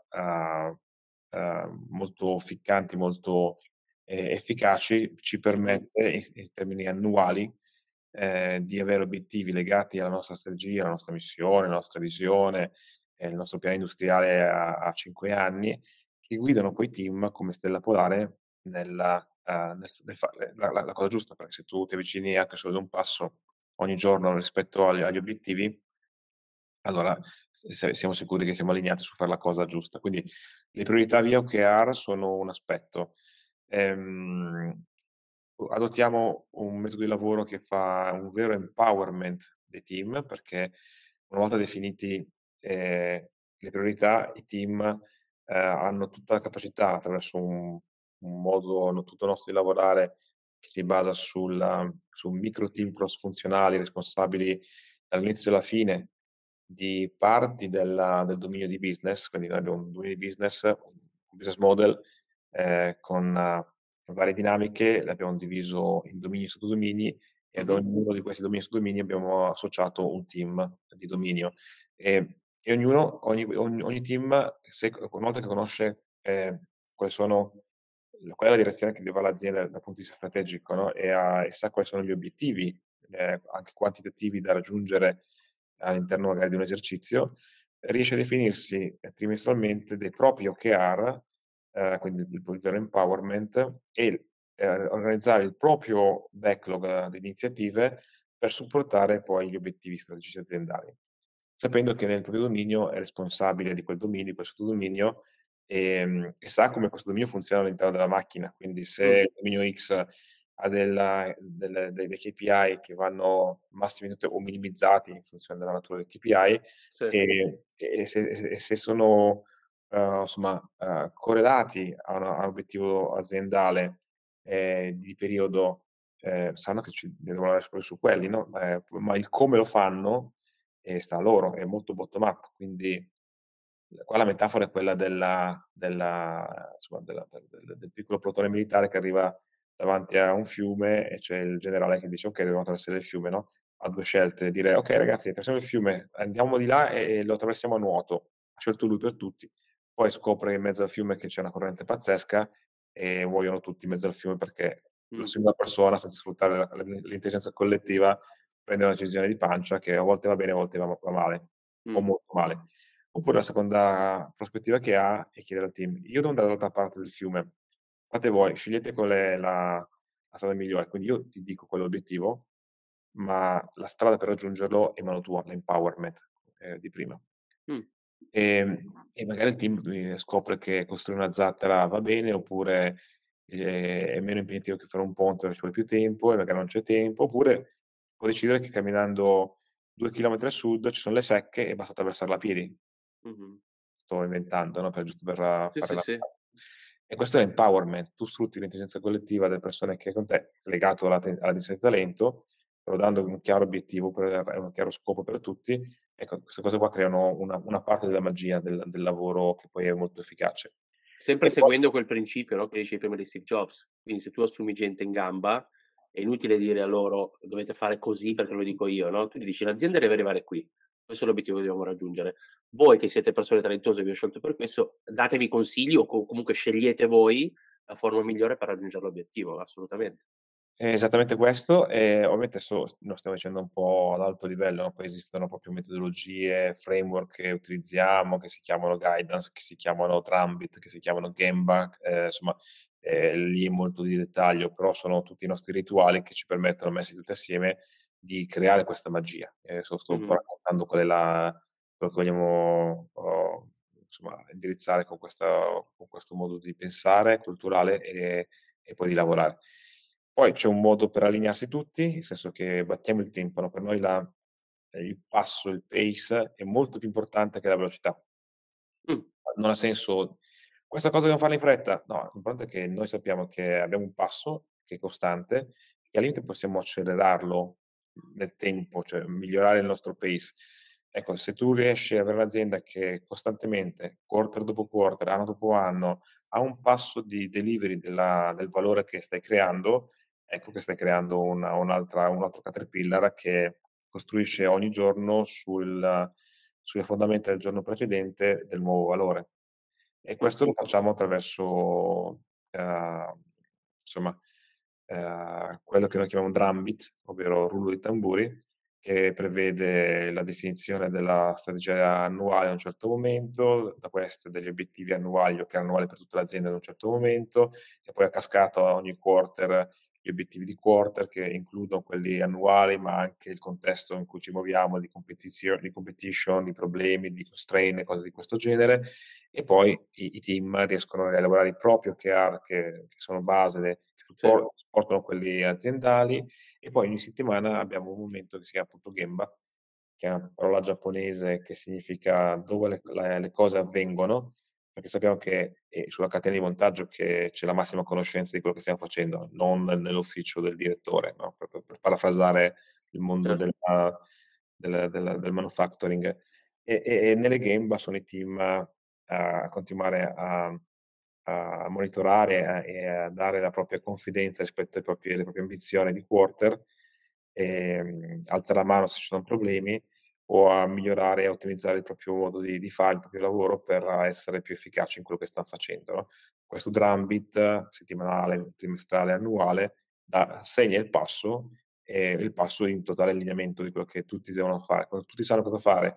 molto ficcanti, molto, efficaci, ci
Mh-mh.
permette in termini annuali, di avere obiettivi legati alla nostra strategia, alla nostra missione, alla nostra visione, il nostro piano industriale a 5 anni, che guidano poi i team come stella polare nel fare la cosa giusta, perché se tu ti avvicini anche solo di un passo ogni giorno rispetto agli obiettivi, allora siamo sicuri che siamo allineati su far la cosa giusta. Quindi le priorità via OKR sono un aspetto. Ehm Adottiamo un metodo di lavoro che fa un vero empowerment dei team, perché una volta definiti, le priorità, i team, hanno tutta la capacità attraverso un modo tutto nostro di lavorare che si basa su micro team cross funzionali responsabili dall'inizio alla fine di parti del dominio di business, quindi noi abbiamo un dominio di business, un business model, con varie dinamiche, l'abbiamo diviso in domini e sottodomini e ad
Mh-mh.
ognuno di questi domini e sottodomini abbiamo associato un team di dominio. E ogni team se una volta che conosce, quali sono qual è la direzione che deve va l'azienda dal punto di vista strategico, no, e sa quali sono gli obiettivi, anche quantitativi da raggiungere all'interno magari di un esercizio, riesce a definirsi, trimestralmente dei propri OKR, quindi il vero empowerment e, organizzare il proprio backlog, di iniziative per supportare poi gli obiettivi strategici aziendali, sapendo che nel proprio dominio è responsabile di quel dominio, di quel sottodominio, e sa come questo dominio funziona all'interno della macchina. Quindi se
Mh.
il dominio X ha dei KPI che vanno massimizzati o minimizzati in funzione della natura del KPI,
Sì.
e se sono, insomma, correlati a un obiettivo aziendale, di periodo, sanno che ci devono lavorare proprio su quelli, no, ma il come lo fanno, sta a loro, è molto bottom up, quindi qua la metafora è quella della insomma del piccolo plotone militare che arriva davanti a un fiume e c'è il generale che dice: "Okay, dobbiamo attraversare il fiume", no, ha 2 scelte, dire: "Okay ragazzi, attraversiamo il fiume, andiamo di là e lo attraversiamo a nuoto." Ha scelto lui per tutti. Poi scopre in mezzo al fiume che c'è una corrente pazzesca e muoiono tutti in mezzo al fiume perché la
Mh.
singola persona, senza sfruttare l'intelligenza collettiva, prende una decisione di pancia che a volte va bene, a volte va male, o
Mh.
molto male. Oppure la seconda prospettiva che ha è chiedere al team: "Io devo andare dall'altra parte del fiume, fate voi, scegliete qual è la strada migliore, quindi io ti dico qual è l'obiettivo, ma la strada per raggiungerlo è mano tua, l'empowerment, di prima".
Mh.
E magari il team, scopre che costruire una zattera va bene, oppure, è meno impegnativo che fare un ponte dove ci vuole più tempo e magari non c'è tempo, oppure può decidere che camminando 2 chilometri a sud ci son le secche e basta attraversarla a piedi.
Mh-mh.
Sto inventando, no, per giusto per
Sì,
fare
sì,
la
sì.
e questo è empowerment. Tu sfrutti l'intelligenza collettiva delle persone che hai con te, legato alla densità di talento, però dando un chiaro obiettivo e un chiaro scopo per tutti, ecco, queste cose qua creano una parte della magia del lavoro che poi è molto efficace.
Sempre
E poi
seguendo quel principio, no, che dicevi prima di Steve Jobs. Quindi se tu assumi gente in gamba, è inutile dire a loro: "Dovete fare così perché lo dico io", no, tu gli dici: "L'azienda deve arrivare qui. Questo è l'obiettivo che dobbiamo raggiungere. Voi che siete persone talentuose e vi ho scelto per questo, datevi consigli o comunque scegliete voi la forma migliore per raggiungere l'obiettivo." Assolutamente.
è esattamente questo, ovviamente adesso lo stiamo facendo un po' ad alto livello, no, poi esistono proprio metodologie, framework che utilizziamo, che si chiamano guidance, che si chiamano Drumbeat, che si chiamano Gemba, insomma, lì è molto di dettaglio, però sono tutti i nostri rituali che ci permettono, messi tutti assieme, di creare questa magia. Sto un po'
Mh-mh.
raccontando quello che vogliamo, insomma, indirizzare con questo modo di pensare culturale e poi di lavorare. Poi c'è un modo per allinearsi tutti, nel senso che battiamo il tempo, no, per noi il passo, il pace è molto più importante che la velocità.
Mh,
Non ha senso: "Questa cosa dobbiamo farla in fretta." No, l'importante è che noi sappiamo che abbiamo un passo che è costante, che al limite possiamo accelerarlo nel tempo, cioè migliorare il nostro pace. Ecco, se tu riesci ad avere un'azienda che costantemente, quarter dopo quarter, anno dopo anno, ha un passo di delivery del valore che stai creando, ecco che stai creando un altro Caterpillar che costruisce ogni giorno sulle fondamenta del giorno precedente del nuovo valore. E
mh,
questo lo facciamo attraverso, insomma, quello che noi chiamiamo Drumbeat, ovvero rullo di tamburi, che prevede la definizione della strategia annuale a un certo momento, da queste degli obiettivi annuali o piano annuale per tutta l'azienda ad un certo momento, e poi a cascata ogni quarter gli obiettivi di quarter che includono quelli annuali, ma anche il contesto in cui ci muoviamo di competition, di problemi, di constraint e cose di questo genere. E poi i team riescono a elaborare i propri OKR che sono base che
sì,
supportano quelli aziendali, e poi ogni settimana abbiamo un momento che si chiama appunto Gemba, che è una parola giapponese che significa dove le cose avvengono, perché sappiamo che è sulla catena di montaggio che c'è la massima conoscenza di quello che stiamo facendo, non nell'ufficio del direttore, no, per parafrasare il mondo
certo.
del manufacturing. E nelle Gemba sono i team a continuare a monitorare e a dare la propria confidenza rispetto alle proprie ambizioni di quarter, alzare la mano se ci sono problemi o a migliorare e a ottimizzare il proprio modo di fare il proprio lavoro per essere più efficaci in quello che stan facendo, no. Questo Drumbeat settimanale, trimestrale, annuale segna il passo in totale allineamento di quello che tutti devono fare. Quando tutti sanno cosa fare,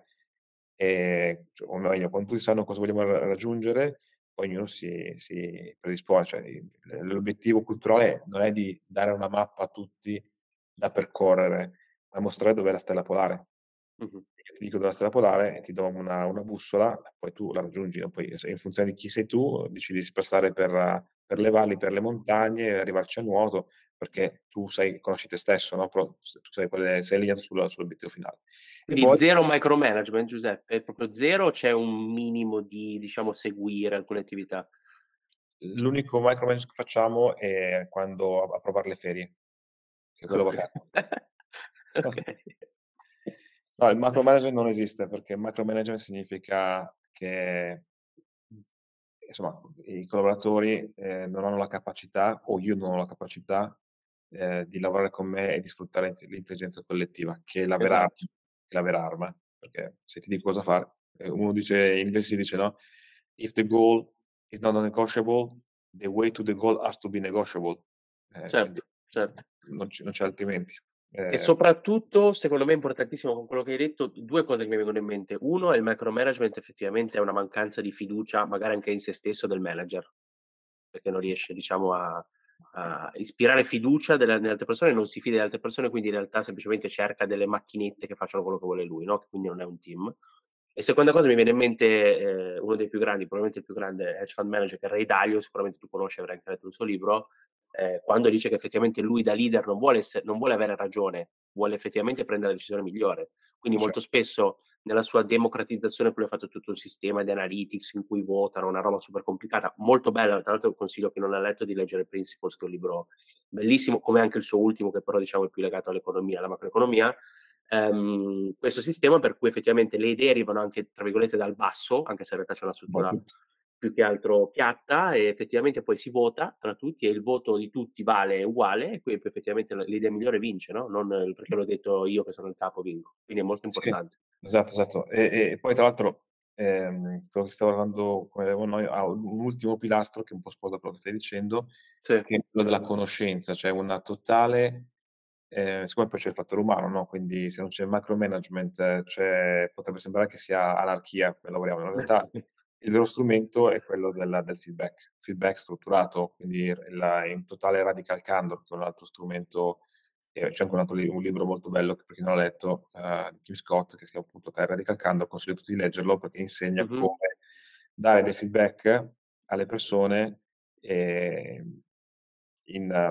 cioè, o meglio, quando tutti sanno cosa vogliamo raggiungere, poi ognuno si predispone, cioè l'obiettivo culturale non è di dare una mappa a tutti da percorrere, ma mostrare dov'è la stella polare.
Mh-mh.
Io ti dico dove è la stella polare e ti do una bussola, poi tu la raggiungi, no, poi se in funzione di chi sei tu, decidi di spassare per le valli, per le montagne e arrivarci a nuoto, perché tu conosci te stesso, no, però tu sei allineato sull'obiettivo finale. E
Quindi
poi
0 micromanagement, Giuseppe? Proprio 0 o c'è un minimo di, diciamo, seguire alcune attività?
l'unico micromanage che facciamo è quando approvar le ferie, che quello va
Okay.
fatto.
Okay.
No, il micromanagement non esiste, perché micromanagement significa che, insomma, i collaboratori, non hanno la capacità, o io non ho la capacità, di lavorare con me e di sfruttare l'intelligenza collettiva,
Esatto.
che è la vera arma. Perché se ti dico cosa fare, uno dice in inglese si dice, no: "If the goal is not negotiable, the way to the goal has to be negotiable." Quindi
Certo, certo.
non c'è altrimenti.
E
Ehm
soprattutto, secondo me è importantissimo con quello che hai detto, 2 cose che mi vengono in mente. 1 è il micromanagement effettivamente è una mancanza di fiducia, magari anche in se stesso del manager, perché non riesce diciamo a ispirare fiducia nelle altre persone, non si fida delle altre persone, quindi in realtà semplicemente cerca delle macchinette che facciano quello che vuole lui, no, che quindi non è un team. E seconda cosa mi viene in mente, uno dei più grandi, probabilmente il più grande hedge fund manager che è Ray Dalio, sicuramente tu conosci, avrai anche letto il suo libro, quando dice che effettivamente lui da leader non vuole avere ragione, vuole effettivamente prendere la decisione migliore. Quindi
cer
molto spesso nella sua democratizzazione poi ha fatto tutto un sistema di analytics in cui votano, una roba super complicata, molto bella, tra l'altro consiglio a chi non l'ha letto di leggere Principles, che è un libro bellissimo, come anche il suo ultimo che però diciamo è più legato all'economia, alla macroeconomia. Questo sistema per cui effettivamente le idee arrivano anche, tra virgolette, "dal basso", anche se in realtà c'è una
un po'
struttura
tutto.
più che altro piatta e effettivamente poi si vota tra tutti e il voto di tutti vale uguale e poi effettivamente l'idea migliore vince, no, non perché l'ho detto io che sono il capo vinco. Quindi è molto
Sì,
importante.
esatto, esatto. E poi tra l'altro, quello che stavo parlando come avevamo noi ha un ultimo pilastro che un po' sposa quello che stai dicendo,
Sì.
che è quello della conoscenza, cioè una totale siccome poi c'è il fattore umano, no, quindi se non c'è il micromanagement potrebbe sembrare che sia anarchia come lavoriamo. In realtà il vero strumento è quello del feedback, feedback strutturato, quindi in totale radical candor, che è un altro strumento c'è anche un altro un libro molto bello che per chi non l'ha letto, di Tim Scott, che si chiama appunto Radical Candor, consiglio a tutti di leggerlo perché insegna
Mh-mh.
come dare dei feedback alle persone, ehm in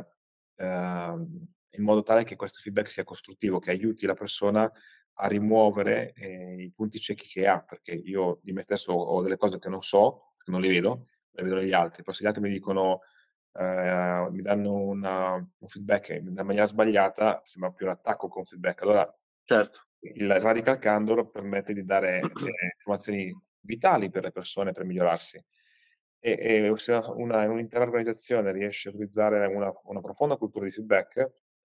in modo tale che questo feedback sia costruttivo, che aiuti la persona a rimuovere, i punti ciechi che ha, perché io di me stesso ho delle cose che non so, che non le vedo, le vedo negli altri. Poi se gli altri mi dicono mi danno un feedback in una maniera sbagliata, sembra più un attacco che un feedback. Allora
Certo.
il radical candor permette di dare, informazioni vitali per le persone per migliorarsi. Se un'intera organizzazione riesce a utilizzare una profonda cultura di feedback,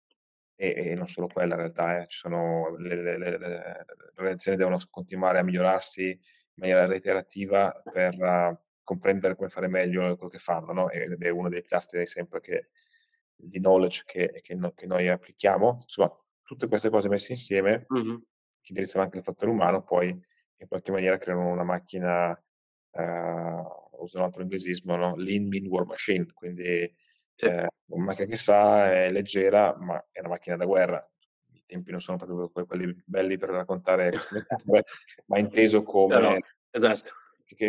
e non solo quella in realtà ci sono le organizzazioni devono continuare a migliorarsi in maniera reiterativa per comprendere come fare meglio quello che fanno, no, ed è uno dei pilastri sempre di knowledge che noi applichiamo. Insomma, tutte queste cose messe insieme,
Mh-mh.
che indirizzano anche il fattore umano, poi in qualche maniera creano una macchina, uso un altro inglesismo, no, lean mean war machine, quindi,
Sì,
una macchina che sa, è leggera, ma è una macchina da guerra. I tempi non sono proprio quelli belli per raccontare queste metafore, ma inteso
però
come s
esatto,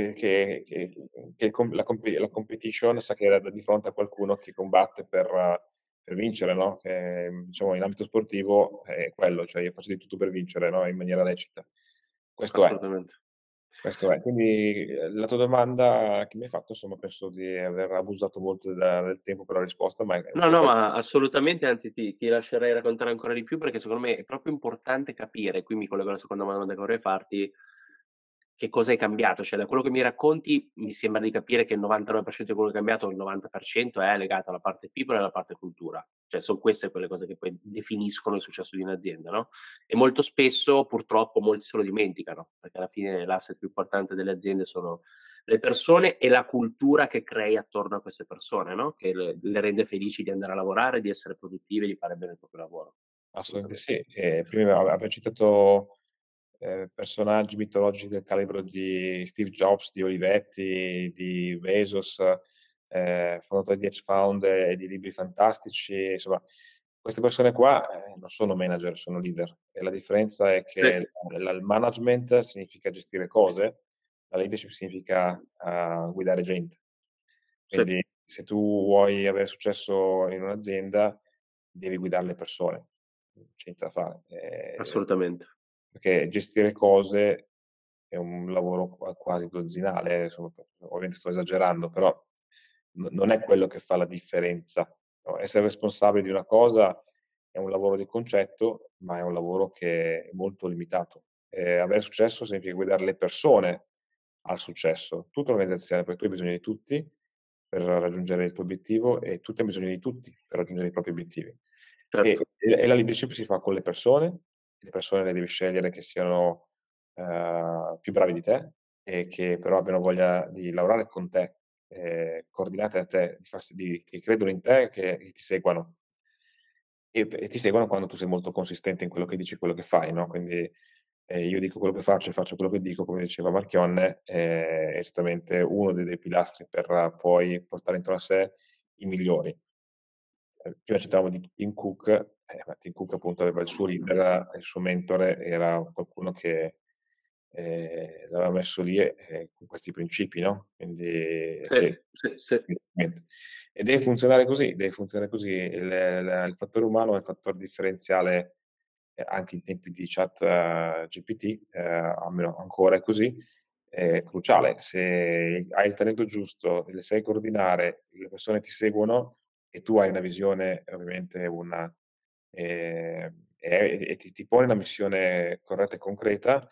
la competition sa che è di fronte a qualcuno che combatte per vincere, no, diciamo in ambito sportivo è quello, cioè io faccio di tutto per vincere, no, in maniera lecita. Questo è.
assolutamente.
Questo è. Quindi, la tua domanda che mi hai fatto, insomma, penso di aver abusato molto del tempo per la risposta, ma è un
No,
po'
no,
questo.
ma assolutamente, anzi ti lascerei raccontare ancora di più perché secondo me è proprio importante capire, qui mi collego alla seconda domanda che vorrei farti, che cosa è cambiato? Cioè, da quello che mi racconti, mi sembra di capire che il 99% di quello che è cambiato, il 90% è legato alla parte people e alla parte cultura. Cioè, son queste quelle cose che poi definiscono il successo di un'azienda, no, e molto spesso, purtroppo, molti se lo dimenticano, perché alla fine l'asset più importante delle aziende sono le persone e la cultura che crei attorno a queste persone, no, che le rende felici di andare a lavorare, di essere produttive, di fare bene il proprio lavoro.
Assolutamente
Assolutamente.
sì. Prima abbiamo citato, personaggi mitologici del calibro di Steve Jobs, di Olivetti, di Bezos, fondatori di hedge fund e di libri fantastici, insomma queste persone qua, non sono manager, sono leader e la differenza è
Sì,
che il management significa gestire cose, la leadership significa, guidare gente.
sì,
Quindi se tu vuoi avere successo in un'azienda, devi guidare le persone, c'è niente da fare.
assolutamente.
Perché gestire cose è un lavoro quasi dozzinale, insomma, ovviamente sto esagerando, però non è quello che fa la differenza, no, essere responsabile di una cosa è un lavoro di concetto, ma è un lavoro che è molto limitato. Avere successo significa guidare le persone al successo, tutta l'organizzazione, perché tu hai bisogno di tutti per raggiungere il tuo obiettivo e tutti han bisogno di tutti per raggiungere i propri obiettivi.
Certo,
E la leadership si fa con le persone le devi scegliere che siano, più bravi di te e che però abbiano voglia di lavorare con te, coordinate da te, che credono in te e che ti seguano. E ti seguono quando tu sei molto consistente in quello che dici e quello che fai, no, quindi, io dico quello che faccio e faccio quello che dico, come diceva Marchionne, è esattamente uno dei pilastri per poi portare intorno a sé i migliori. Prima citavamo di Tim Cook, ma Tim Cook appunto aveva il suo leader, il suo mentore era qualcuno che, l'aveva messo lì, con questi principi, no, quindi
sì,
che
sì, sì,
e deve funzionare così, deve funzionare così. Il fattore umano è il fattore differenziale anche in tempi di Chat GPT, almeno ancora è così, è cruciale. Se hai il talento giusto, le sai coordinare, le persone ti seguono e tu hai una visione, ovviamente una e ti poni una missione corretta e concreta,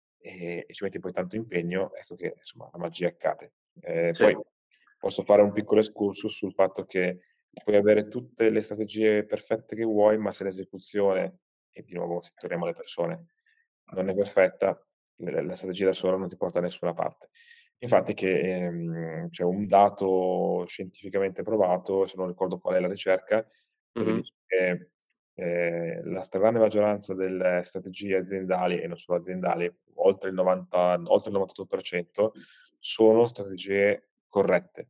e ci metti poi tanto impegno, ecco che insomma la magia accade.
Sì.
Poi posso fare un piccolo excursus sul fatto che puoi avere tutte le strategie perfette che vuoi, ma se l'esecuzione, e di nuovo se torniamo alle persone, non è perfetta, la strategia da sola non ti porta da nessuna parte. Infatti che, c'è un dato scientificamente provato, se non ricordo qual è la ricerca, dove
Mh-mh.
dice che, la stragrande maggioranza delle strategie aziendali, e non solo aziendali, oltre il 98% sono strategie corrette,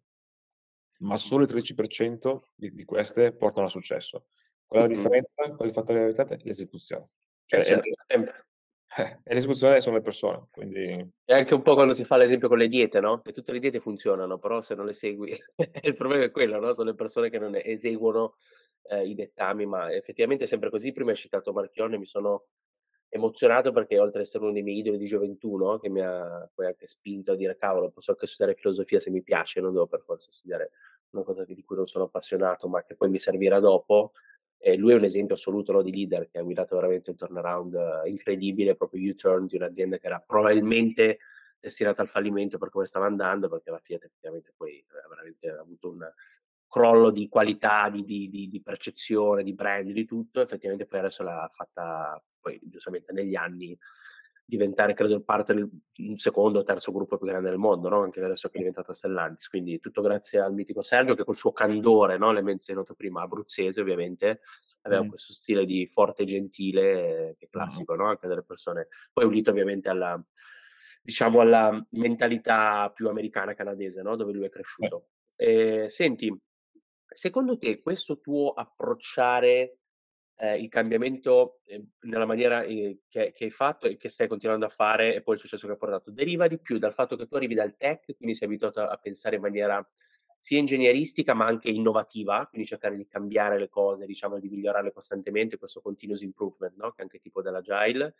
ma solo il 13% di queste portano a successo. Qual è la
Mh-mh.
differenza? Qual è il fattore limitante? L'esecuzione.
Eh
Cioè,
certo, sempre.
e l'esecuzione sono le persone, quindi
È anche un po' quando si fa l'esempio con le diete, no, che tutte le diete funzionano, però se non le segui il problema è quello, no, sono le persone che non eseguono, i dettami, ma effettivamente è sempre così. Prima hai citato Marchionne, mi sono emozionato perché oltre ad essere uno dei miei idoli di gioventù, no, che mi ha poi anche spinto a dire: "Cavolo, posso anche studiare filosofia se mi piace, non devo per forza studiare una cosa di cui non sono appassionato, ma che poi mi servirà dopo." E lui è un esempio assoluto, no, di leader che ha guidato veramente un turnaround incredibile, proprio U-turn di un'azienda che era probabilmente destinata al fallimento per come stava andando, perché la Fiat effettivamente poi ha veramente avuto un crollo di qualità, di percezione, di brand, di tutto. Effettivamente poi adesso l'ha fatta poi giustamente negli anni diventare credo parte del un secondo o terzo gruppo più grande del mondo, no, anche adesso che è diventata Stellantis. Quindi tutto grazie al mitico Sergio che col suo candore, no, l'hai menzionato prima, abruzzese ovviamente, aveva
mh,
questo stile di forte e gentile che è
mh-mh,
classico, no, anche delle persone poi unito ovviamente alla diciamo alla mentalità più americana canadese, no, dove lui è
eh,
cresciuto. Senti, secondo te questo tuo approcciare, il cambiamento, nella maniera, che hai fatto e che stai continuando a fare e poi il successo che ha portato, deriva di più dal fatto che tu arrivi dal tech, quindi sei abituato a pensare in maniera sia ingegneristica ma anche innovativa, quindi cercare di cambiare le cose, diciamo di migliorarle costantemente, questo continuous improvement, no, che è anche tipo dell'agile,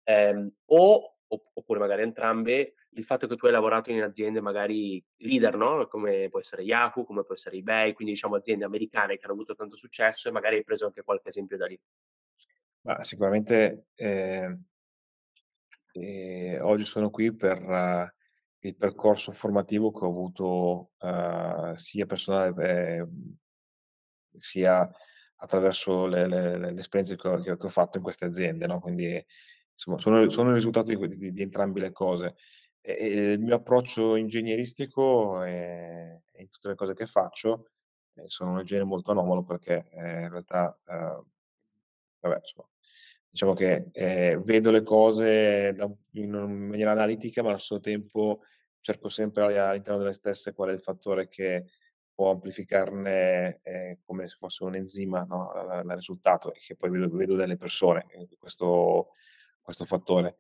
oppure magari entrambe, il fatto che tu hai lavorato in aziende magari leader, no, come può essere Yahoo, come può essere eBay, quindi diciamo aziende americane che hanno avuto tanto successo e magari hai preso anche qualche esempio da lì.
ma sicuramente, oggi sono qui per il percorso formativo che ho avuto, sia personale, sia attraverso le esperienze che ho fatto in queste aziende, no, quindi insomma sono il risultato di entrambe le cose. Il mio approccio ingegneristico, in tutte le cose che faccio, sono un genere molto anomalo perché, in realtà, vabbè insomma, diciamo che, vedo le cose in maniera analitica, ma allo stesso tempo cerco sempre all'interno delle stesse qual è il fattore che può amplificarne, come se fosse un enzima, no, il risultato, e che poi vedo delle persone, questo fattore.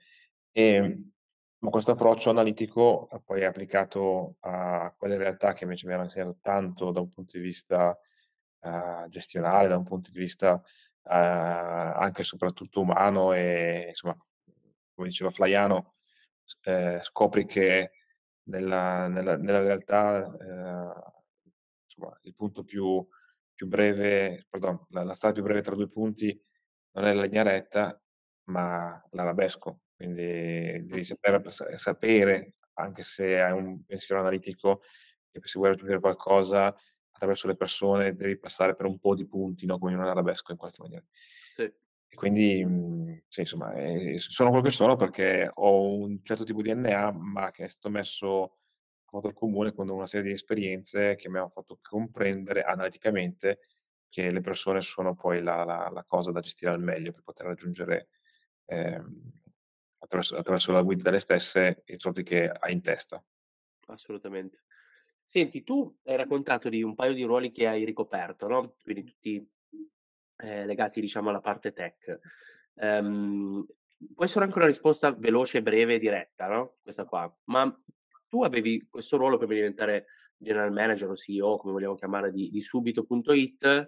Ma questo approccio analitico, poi applicato a quelle realtà che invece mi hanno insegnato tanto da un punto di vista, gestionale, da un punto di vista, anche e soprattutto umano, insomma, come diceva Flaiano, scopri che nella realtà, insomma, il punto più breve, pardon, la strada più breve tra 2 punti non è la linea retta, ma l'arabesco. Quindi devi
Mh-mh.
sapere, anche se hai un pensiero analitico, che se vuoi raggiungere qualcosa attraverso le persone devi passare per un po' di punti, no, come in un arabesco in qualche maniera.
Sì,
E quindi, sì, insomma, sono quello che sono perché ho un certo tipo di DNA, ma che è stato messo a modo comune con una serie di esperienze che mi hanno fatto comprendere analiticamente che le persone sono poi la cosa da gestire al meglio per poter raggiungere, ehm, attraverso la guida delle stesse, i risultati che hai in testa.
assolutamente. Senti, tu hai raccontato di un paio di ruoli che hai ricoperto, no, quindi tutti, legati diciamo alla parte tech. Ehm, Può essere anche una risposta veloce, breve e diretta, no, questa qua, ma tu avevi questo ruolo prima di diventare general manager o CEO, come vogliamo chiamare, di Subito.it,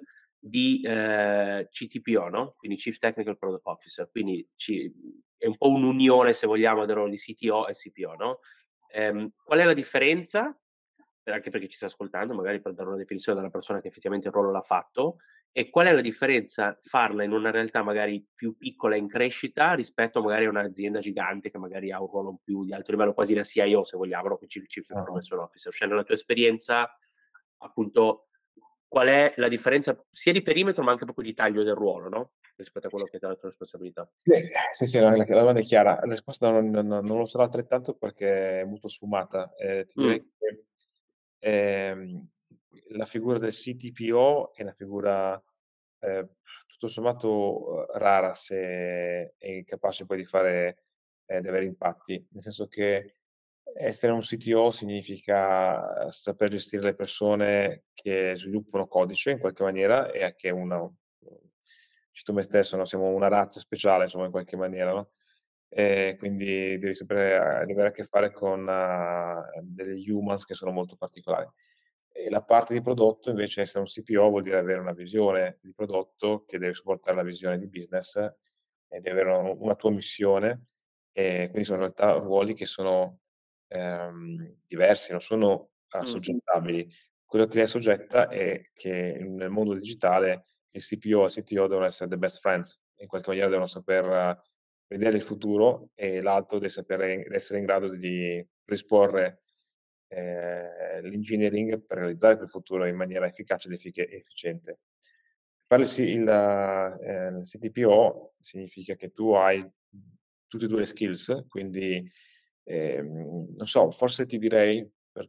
di, CTPO, no, quindi Chief Technical Product Officer, quindi è un po' un'unione, se vogliamo, del ruolo di CTO e CPO, no. Qual è la differenza? Anche perché ci sta ascoltando, magari per dare una definizione dalla persona che effettivamente il ruolo l'ha fatto, e qual è la differenza farla in una realtà magari più piccola e in crescita, rispetto magari a un'azienda gigante che magari ha un ruolo più di alto livello, quasi da CIO se vogliamo, no, Chief
Ah-ah.
Information Officer. Cioè nella tua esperienza, appunto, qual è la differenza sia di perimetro, ma anche proprio di taglio del ruolo, no, rispetto a quello che è la tua responsabilità?
Sì, sì, sì, la domanda è chiara. La risposta non lo sarà altrettanto perché è molto sfumata. Ti direi
Mh,
che, ehm, la figura del CTPO è una figura, ehm, tutto sommato, rara se è capace poi di fare di avere impatti. Nel senso che essere un CTO significa saper gestire le persone che sviluppano codice in qualche maniera e anche cito me stesso, no, siamo una razza speciale insomma in qualche maniera, no, quindi devi sempre devi avere a che fare con degli humans che sono molto particolari. E la parte di prodotto invece essere un CPO vuol dire avere una visione di prodotto che deve supportare la visione di business e devi avere una tua missione, quindi sono in realtà ruoli che sono, diversi, non sono
mh,
assoggettabili. Quello che li assoggetta è che nel mondo digitale il CPO e il CTO devono essere the best friends, in qualche maniera devono saper vedere il futuro e l'altro deve essere in grado di predisporre, l'engineering per realizzare quel futuro in maniera efficace ed efficiente. Fare il CTPO significa che tu hai, tutte e 2 le skills, quindi, non so, forse ti direi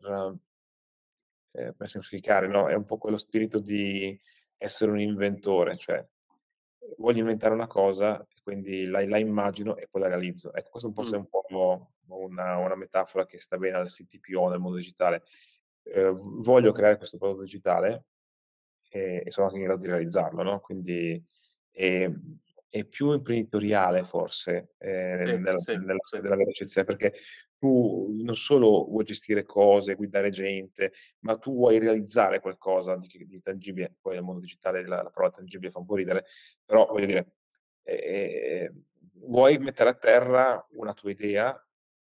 per semplificare, no, è un po' quello spirito di essere un inventore, cioè voglio inventare una cosa e quindi la immagino e poi la realizzo. Ecco, questo può
mh,
essere un po' una metafora che sta bene al CTPO nel mondo digitale. Voglio creare questo prodotto digitale e sono anche in grado di realizzarlo, no, quindi, è più imprenditoriale forse,
sì, sì, sì.
nella velocizia, perché tu non solo vuoi gestire cose, guidare gente, ma tu vuoi realizzare qualcosa di tangibile. Poi nel mondo digitale la parola tangibile fa un po' ridere, però voglio dire, vuoi mettere a terra una tua idea,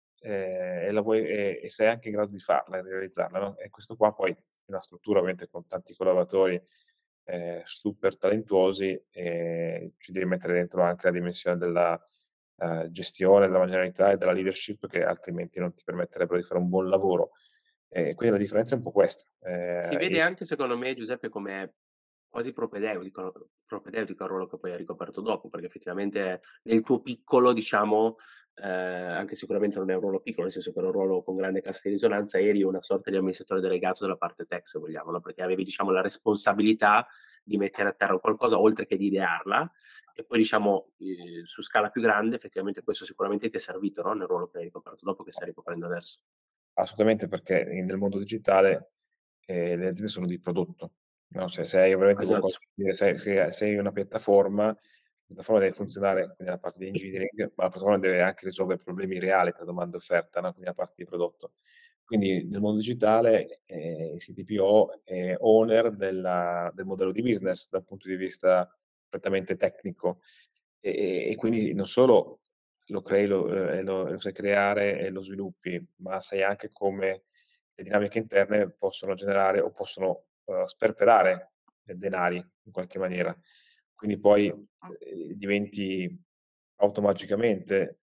e sei anche in grado di farla e realizzarla, no, e questo qua poi in una struttura ovviamente con tanti collaboratori, super talentuosi, ci devi mettere dentro anche la dimensione della, gestione, della managerialità e della leadership che altrimenti non ti permetterebbero di fare un buon lavoro. Quindi la differenza è un po' questa.
Si vede anche secondo me, Giuseppe, come quasi propedeutico al ruolo che poi hai ricoperto dopo, perché effettivamente nel tuo piccolo, diciamo, anche sicuramente non è un ruolo piccolo, nel senso che era un ruolo con grande cassa di risonanza, eri una sorta di amministratore delegato della parte tech, se vogliamo, no, perché avevi, diciamo, la responsabilità di mettere a terra qualcosa oltre che di idearla, e poi diciamo, su scala più grande effettivamente questo sicuramente ti è servito, no, nel ruolo che hai ricoperto dopo, che stai ricoprendo adesso.
Assolutamente, perché nel mondo digitale, le aziende sono di prodotto, no, cioè se hai veramente qualcosa
Esatto,
da dire, se hai una piattaforma, la piattaforma deve funzionare, quindi la parte di engineering, ma la piattaforma deve anche risolvere problemi reali tra domanda e offerta, no, quindi la parte di prodotto. Quindi nel mondo digitale, il CTPO è owner del modello di business dal punto di vista prettamente tecnico e quindi non solo lo crei, lo sai creare e lo sviluppi, ma sai anche come le dinamiche interne possono generare o possono, sperperare denari in qualche maniera. Quindi poi, diventi automaticamente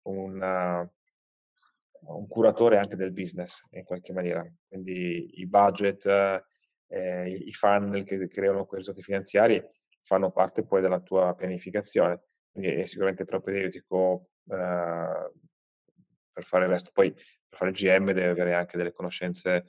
un curatore anche del business in qualche maniera. Quindi i budget, i funnel che creano quei risultati finanziari fanno parte poi della tua pianificazione. Quindi è sicuramente propedeutico, per fare il resto. Poi per fare il GM deve avere anche delle conoscenze,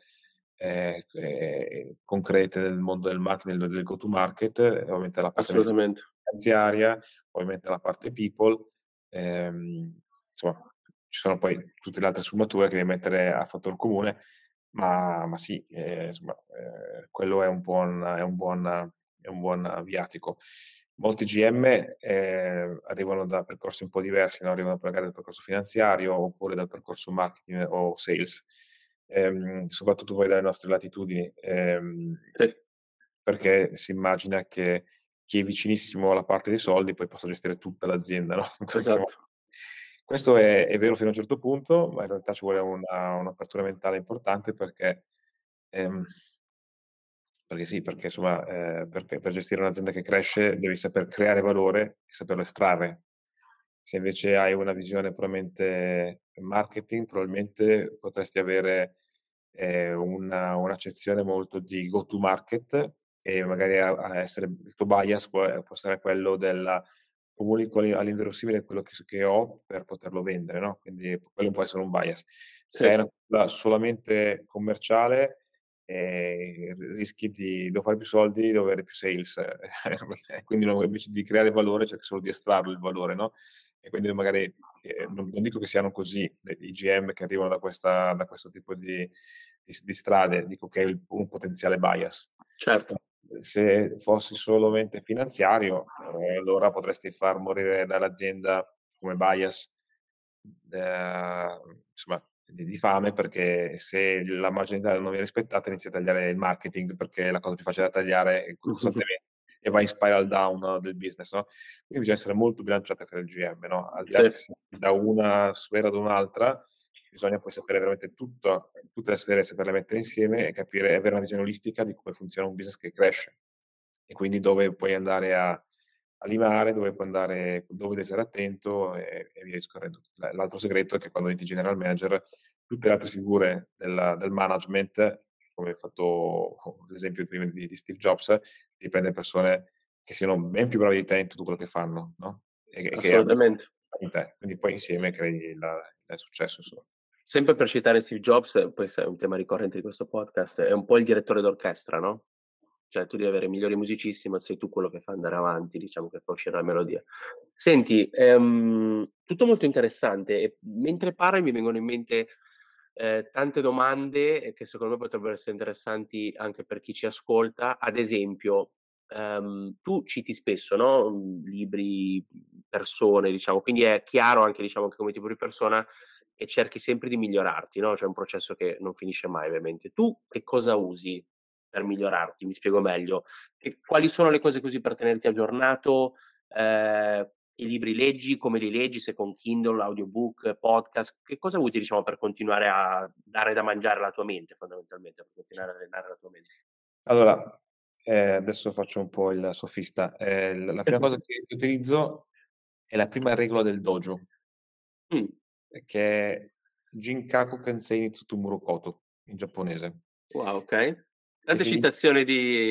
concrete del mondo del marketing, del go to market, ovviamente la parte
assolutamente.
finanziaria, ovviamente la parte people, insomma ci sono poi tutte le altre sfumature che devi mettere a fattor comune, ma sì, insomma, quello è un buon viatico. Molti GM, arrivano da percorsi un po' diversi, no, arrivano magari dal percorso finanziario, oppure dal percorso marketing o sales. Soprattutto poi dalle nostre latitudini,
Sì.
perché si immagina che chi è vicinissimo alla parte dei soldi poi possa gestire tutta l'azienda, no, in qualche mo
esatto.
questo è vero fino a un certo punto, ma in realtà ci vuole un'apertura mentale importante ehm perché sì, perché insomma, perché per gestire un'azienda che cresce devi saper creare valore e saperlo estrarre. Se invece hai una visione puramente marketing, probabilmente potresti avere, un'accezione molto di go to market e magari a essere il tuo bias può essere quello del comunico all'inverosimile quello che ho per poterlo vendere, no, quindi quello può essere un bias. Se
Sì,
hai una cosa solamente commerciale, rischi di devo fare più soldi, devo avere più sales, e quindi no, invece di creare valore cerchi solo di estrarlo il valore, no, e quindi magari, non dico che siano così i GM che arrivano da questo tipo di strade, dico che è un potenziale bias.
certo.
Se fossi solamente finanziario, allora potresti far morire dall'azienda come bias, insomma di fame, perché se la marginalità non viene rispettata inizi a tagliare il marketing, perché è la cosa più facile da tagliare costantemente e vai in spiral down del business, no, quindi bisogna essere molto bilanciati a fare il GM, no, al di là
Sì,
che si da una sfera ad un'altra, bisogna poi sapere veramente tutte le sfere, saperle mettere insieme e capire e avere una visione olistica di come funziona un business che cresce. E quindi dove puoi andare a limare, dove devi stare attento e via discorrendo. L'altro segreto è che quando diventi general manager, tutte le altre figure del management, come hai fatto l'esempio prima di Steve Jobs, devi prendere persone che siano ben più bravi di te in tutto quello che fanno, no, e che abbiano
assolutamente.
in te. Quindi poi insieme crei il successo, insomma.
Sempre per citare Steve Jobs, poi sai è un tema ricorrente di questo podcast, è un po' il direttore d'orchestra, no, cioè tu devi avere i migliori musicisti, ma sei tu quello che fa andare avanti, diciamo, che fa uscire la melodia. Senti, tutto molto interessante e mentre parli mi vengono in mente, tante domande, che secondo me potrebbero essere interessanti anche per chi ci ascolta. Ad esempio, tu citi spesso, no, libri, persone, diciamo, quindi è chiaro anche, diciamo, che come tipo di persona e cerchi sempre di migliorarti, no, c'è un processo che non finisce mai ovviamente. Tu che cosa usi per migliorarti? Mi spiego meglio. Quali sono le cose che usi per tenerti aggiornato? Che libri leggi? Come li leggi? Se con Kindle, audiobook, podcast, che cosa usi diciamo per continuare a dare da mangiare alla tua mente fondamentalmente, per continuare a allenare la tua mente?
Allora, adesso faccio un po' il sofista. La prima cosa che utilizzo è la prima regola del dojo,
Mh,
che è Jinkaku Kensei ni Tsutomuro Koto in giapponese,
wow, okay.
che
Tante
signi
citazioni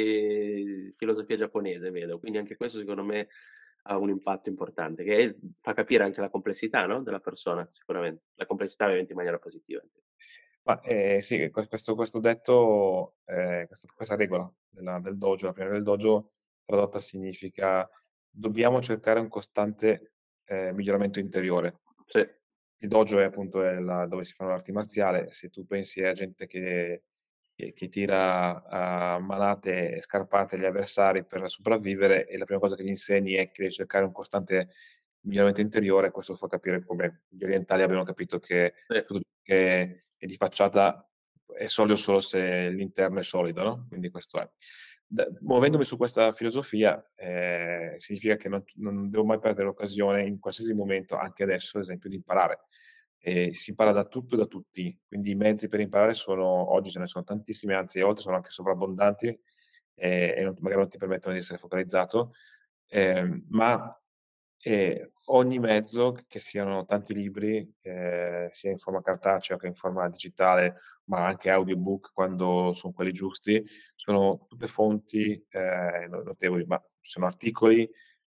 di filosofia giapponese vedo, quindi anche questo secondo me ha un impatto importante, che fa capire anche la complessità, no, della persona sicuramente. La complessità ovviamente in maniera positiva.
ma, sì, questo detto questa regola del dojo, la prima regola del dojo tradotta significa: dobbiamo cercare un costante, miglioramento interiore.
Sì,
Il dojo è appunto dove si fanno l'arti marziale. Se tu pensi a gente che tira a manate e scarpate agli avversari per sopravvivere e la prima cosa che gli insegni è che devi cercare un costante miglioramento interiore, questo fa capire come gli orientali abbiano capito che
sì,
tutto ciò che è di facciata è solido solo se l'interno è solido, no, quindi questo è. Muovendomi su questa filosofia, significa che non devo mai perdere l'occasione in qualsiasi momento, anche adesso ad esempio, di imparare. Si impara da tutto e da tutti, quindi i mezzi per imparare oggi ce ne sono tantissimi, anzi a volte sono anche sovrabbondanti, e magari non ti permettono di essere focalizzato, ma, ogni mezzo, che siano tanti libri, sia in forma cartacea che in forma digitale, ma anche audiobook quando son quelli giusti, sono tutte fonti, notevoli, ma ci sono articoli,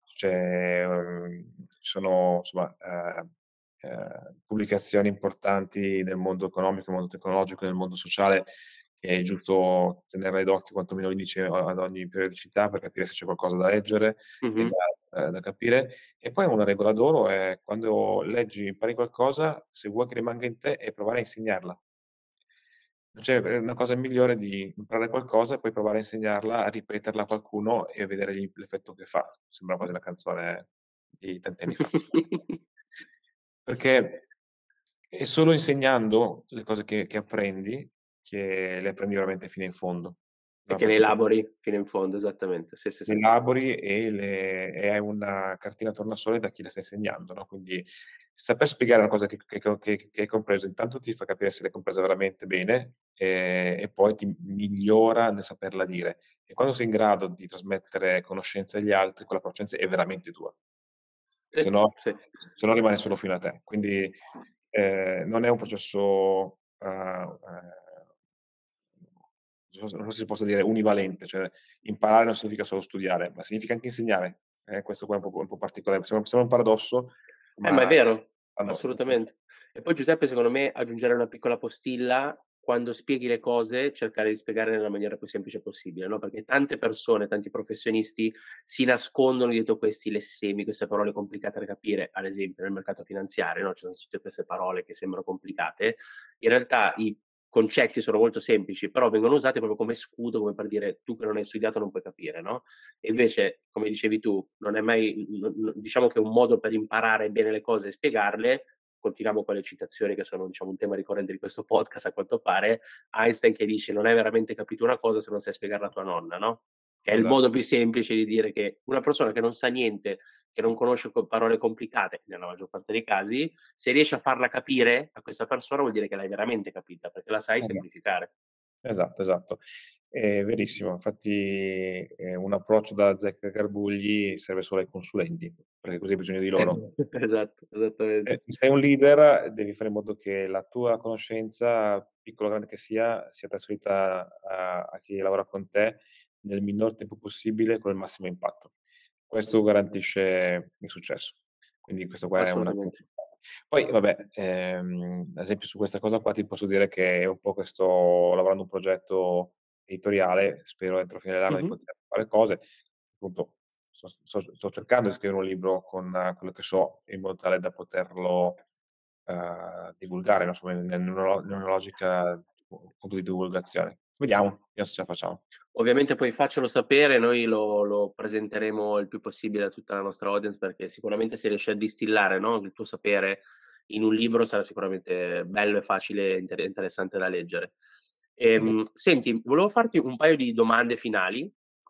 ci sono insomma, pubblicazioni importanti nel mondo economico, nel mondo tecnologico, nel mondo sociale, che è giusto tenerle d'occhio, quantomeno l'indice ad ogni periodicità per capire se c'è qualcosa da leggere e
mh-mh.
da capire. E poi una regola d'oro è: quando leggi, impari qualcosa, se vuoi che rimanga in te, è provare a insegnarla. Non c'è, una cosa migliore di imparare qualcosa e poi provare a insegnarla, a ripeterla a qualcuno e vedere l'effetto che fa. Sembra quasi una canzone di tanti anni fa. Perché è solo insegnando le cose che apprendi che le apprendi veramente fino in fondo.
E
no,
che ne
perché
elabori fino in fondo, esattamente. Sì, sì,
le
sì.
elabori e hai una cartina tornasole da chi la sta insegnando, no, quindi saper spiegare una cosa che hai compreso, intanto ti fa capire se l'hai compresa veramente bene, e poi ti migliora nel saperla dire. E quando sei in grado di trasmettere conoscenza agli altri, quella conoscenza è veramente tua, se no
Sì.
se no rimane solo fino a te. Quindi, non è un processo, non so se si possa dire univalente, cioè imparare non significa solo studiare, ma significa anche insegnare. Questo qua è un po' particolare, sembra un paradosso,
Ma è
ma
vero,
a noi funziona.
assolutamente. E poi Giuseppe, secondo me, aggiungerei una piccola postilla: quando spieghi le cose, cercare di spiegare nella maniera più semplice possibile, no, perché tante persone, tanti professionisti si nascondono dietro questi lessemi, queste parole complicate da capire, ad esempio nel mercato finanziario, no, ci sono tutte queste parole che sembrano complicate. In realtà i concetti sono molto semplici, però vengono usati proprio come scudo, come per dire: "Tu che non hai studiato non puoi capire", no? E invece, come dicevi tu, non è mai diciamo che un modo per imparare bene le cose è spiegarle. Continuiamo con le citazioni che sono, diciamo, un tema ricorrente di questo podcast a quanto pare. Einstein che dice: "Non hai veramente capito una cosa se non sai spiegarla a tua nonna", no, che è il modo
Esatto,
più semplice di dire che una persona che non sa niente, che non conosce parole complicate, nella maggior parte dei casi, se riesci a farla capire a questa persona vuol dire che l'hai veramente capita, perché la sai
esa
semplificare.
esatto, esatto. È verissimo. Infatti, un approccio da Azzeccagarbugli serve solo ai consulenti, perché così hai bisogno di loro.
Esatto, esattamente.
Se sei un leader, devi fare in modo che la tua conoscenza, piccola o grande che sia trasferita a chi lavora con te nel minor tempo possibile con il massimo impatto. Questo garantisce il successo. Quindi questo qua è una cosa
Assolutamente.
importante. Poi vabbè, ad esempio su questa cosa qua ti posso dire che è un po' che sto lavorando un progetto editoriale, spero entro fine dell'anno di
Mh-mh.
poter fare cose. Appunto sto cercando di scrivere un libro con quello che so, in modo tale da poterlo, divulgare, no, insomma in una logica appunto di divulgazione. Vediamo se ce la facciamo.
Ovviamente poi faccelo sapere, noi lo presenteremo il più possibile a tutta la nostra audience, perché sicuramente se riesci a distillare, no, il tuo sapere in un libro sarà sicuramente bello e facile e interessante da leggere.
Va bene.
Senti, volevo farti un paio di domande finali,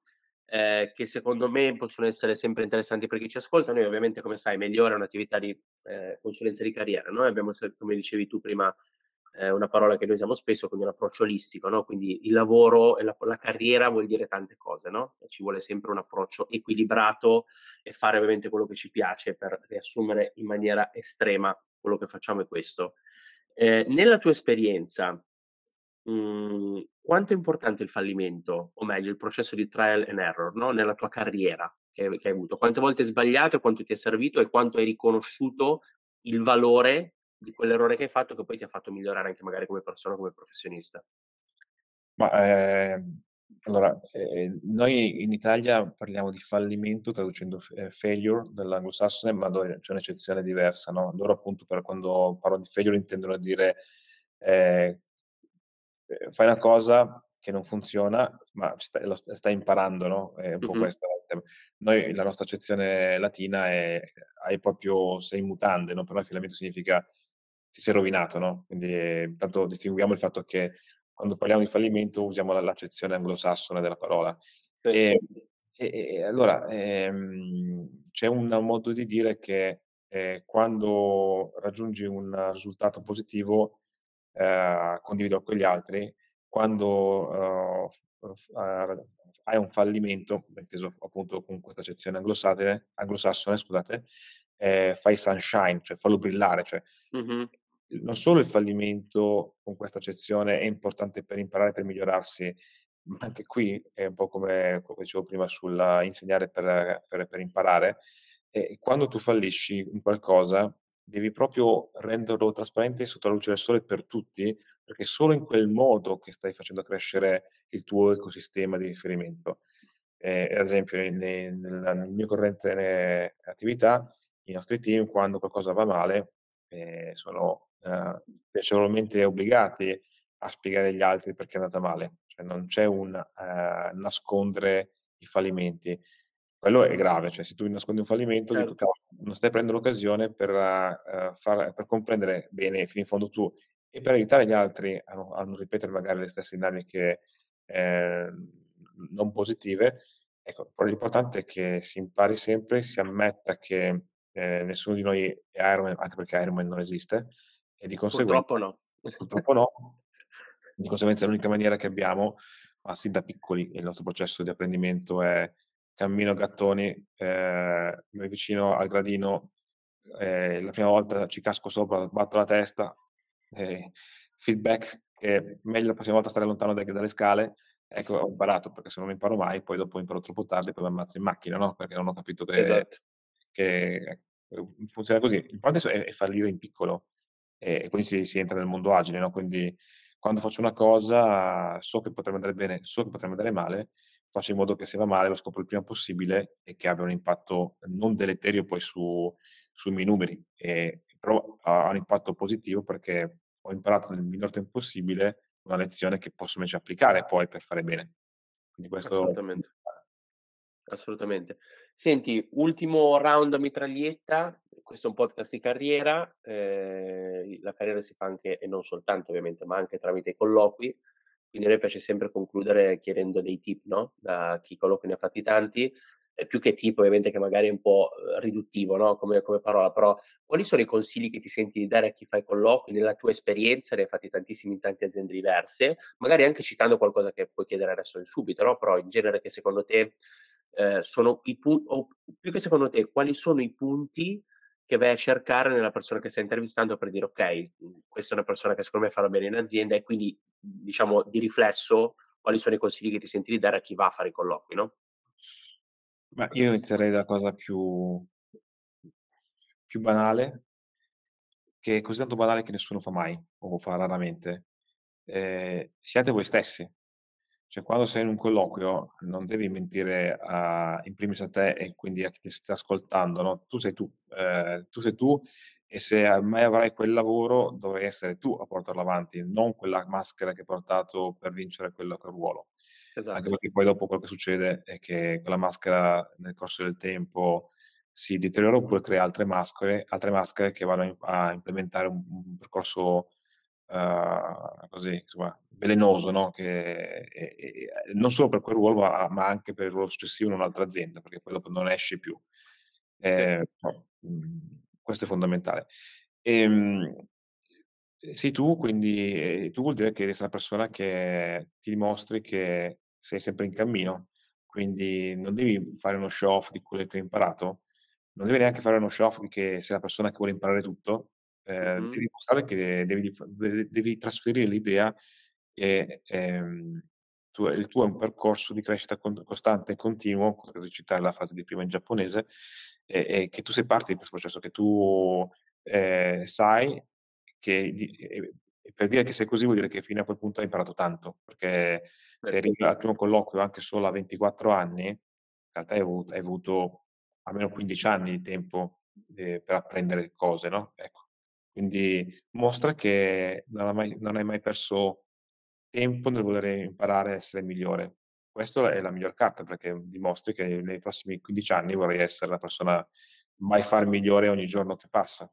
che secondo me possono essere sempre interessanti per chi ci ascolta. Noi ovviamente, come sai, Meglio è un'attività di, consulenza di carriera. Noi abbiamo come dicevi tu prima, una parola che noi usiamo spesso, quindi un approccio olistico, no, quindi il lavoro e la carriera vuol dire tante cose, no, e ci vuole sempre un approccio equilibrato e fare ovviamente quello che ci piace. Per riassumere in maniera estrema, quello che facciamo è questo. Nella tua esperienza, quanto è importante il fallimento, o meglio il processo di trial and error, no, nella tua carriera che hai avuto? Quante volte hai sbagliato e quanto ti è servito e quanto hai riconosciuto il valore di quell'errore che hai fatto, che poi ti ha fatto migliorare anche magari come persona, come professionista?
Ma, allora, noi in Italia parliamo di fallimento traducendo failure dall'anglosassone, ma dove c'è un'eccezione diversa, no, loro appunto per quando parlano di failure intendono dire, ehm fai una cosa che non funziona, ma stai imparando, no, è un po'
Mh-mh.
questa il tema. Noi la nostra accezione latina è hai proprio sei in mutande, no, per noi fallimento significa ti sei rovinato, no, quindi, intanto distinguiamo il fatto che quando parliamo di fallimento usiamo l'accezione anglosassone della parola.
Sì.
Ehm, allora, c'è un modo di dire che, quando raggiungi un risultato positivo, condividerlo con gli altri, quando, hai un fallimento, inteso appunto con questa accezione anglosassone scusate, fai sunshine, cioè fallo brillare, cioè
Mh-mh.
non solo il fallimento con questa accezione è importante per imparare, per migliorarsi, ma anche qui è un po' come quello che dicevo prima sul insegnare per imparare, quando tu fallisci in qualcosa devi proprio renderlo trasparente sotto la luce del sole per tutti, perché solo in quel modo che stai facendo crescere il tuo ecosistema di riferimento. Ad esempio nel mio corrente attività, i nostri team quando qualcosa va male, sono, piacevolmente obbligati a spiegare agli altri perché è andata male. Cioè non c'è un, nascondere i fallimenti. Quello è grave, cioè se tu nascondi un fallimento dico:
Certo.
"Cavolo, non stai prendendo l'occasione per comprendere bene fino in fondo tu e per aiutare gli altri a non ripetere magari le stesse dinamiche, non positive. Ecco, però l'importante è che si impari sempre, si ammetta che, nessuno di noi è Iron Man, anche perché Iron Man non esiste, e di
Purtroppo
conseguenza
no.
purtroppo no, di conseguenza l'unica maniera che abbiamo, ma sin da piccoli il nostro processo di apprendimento è: cammino a gattoni, mi avvicino al gradino, la prima volta ci casco sopra, batto la testa, feedback che è meglio la prossima volta stare lontano dalle scale. Ecco, ho imparato, perché se non imparo mai, poi dopo imparo troppo tardi e poi m'ammazzo in macchina, no, perché non ho capito
Esatto,
che funziona così. L'importante è fallire in piccolo, e quindi si entra nel mondo agile, no, quindi quando faccio una cosa so che potrebbe andare bene, so che potrebbe andare male, faccio in modo che se va male lo scopro il prima possibile e che abbia un impatto non deleterio poi sui miei numeri, però ha un impatto positivo perché ho imparato nel minor tempo possibile una lezione che posso invece applicare poi per fare bene. Quindi questo.
assolutamente. Assolutamente. Senti, ultimo round a mitraglietta, questo è un podcast di carriera, la carriera si fa anche e non soltanto ovviamente, ma anche tramite i colloqui, quindi a noi piace sempre concludere chiedendo dei tip, no, da chi colloqui ne ha fatti tanti, più che tip ovviamente che magari è un po', riduttivo, no, come parola, però quali sono i consigli che ti senti di dare a chi fa i colloqui nella tua esperienza, ne hai fatti tantissimi in tante aziende diverse, magari anche citando qualcosa che puoi chiedere adesso subito, no, però in genere che secondo te sono i o più che secondo te, quali sono i punti che vai a cercare nella persona che stai intervistando per dire: "Okay, questa è una persona che secondo me farà bene in azienda", e quindi, diciamo di riflesso, quali sono i consigli che ti senti di dare a chi va a fare i colloqui, no?
Ma io inizierei dalla cosa più banale, che è così tanto banale che nessuno fa mai o fa raramente. Siate voi stessi. Cioè, quando sei in un colloquio non devi mentire in primis a te e quindi a chi ti sta ascoltando, no, tu sei tu e se mai avrai quel lavoro dovrai essere tu a portarlo avanti, non quella maschera che hai portato per vincere quel ruolo. Anche
Esatto,
perché poi dopo quello che succede è che quella maschera nel corso del tempo si deteriora oppure crea altre maschere che vanno a implementare un percorso, così insomma velenoso, no, che non solo per quel ruolo, ma anche per il ruolo successivo in un'altra azienda, perché poi dopo non esci più.
sì,
No, questo è fondamentale. Ehm, sei tu, quindi tu vuol dire che sei una persona che ti dimostri che sei sempre in cammino, quindi non devi fare uno show off di quello che hai imparato, non devi neanche fare uno show off di che sei una persona che vuole imparare tutto,
mh-mh,
devi dimostrare che devi trasferire l'idea che, il tuo è un percorso di crescita costante e continuo, potrei citare la frase di prima in giapponese, e che tu sei parte di questo processo, che tu, sai che e per dire che sei così vuol dire che fino a quel punto hai imparato tanto, perché
sì,
se arrivi al primo colloquio anche solo a 24 anni, in realtà hai avuto almeno 15 anni di tempo, per apprendere cose, no, ecco. Quindi mostra che non hai mai perso tempo nel volere imparare a essere migliore. Questo è la miglior carta, perché dimostri che nei prossimi 15 anni vorrai essere la persona by far migliore ogni giorno che passa.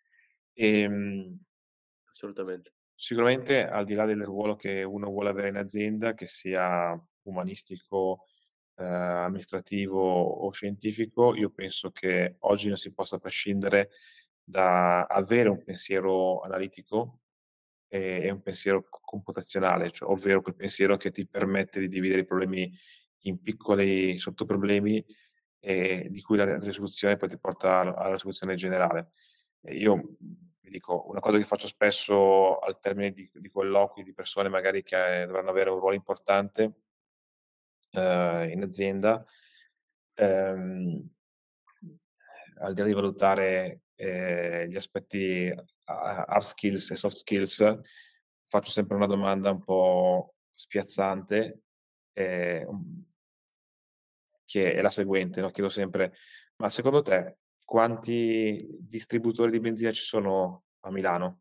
Ehm
assolutamente.
Sicuramente al di là del ruolo che uno vuole avere in azienda, che sia umanistico, amministrativo o scientifico, io penso che oggi non si possa prescindere da avere un pensiero analitico e un pensiero computazionale, cioè ovvero quel pensiero che ti permette di dividere i problemi in piccoli sottoproblemi, di cui la risoluzione poi ti porta alla risoluzione generale. Io, vi dico, una cosa che faccio spesso al termine di colloqui di persone magari che dovranno avere un ruolo importante, in azienda, ehm, al di là di valutare, gli aspetti hard skills e soft skills, faccio sempre una domanda un po' spiazzante, ehm che è la seguente, no, chiedo sempre: "Ma secondo te quanti distributori di benzina ci sono a Milano?"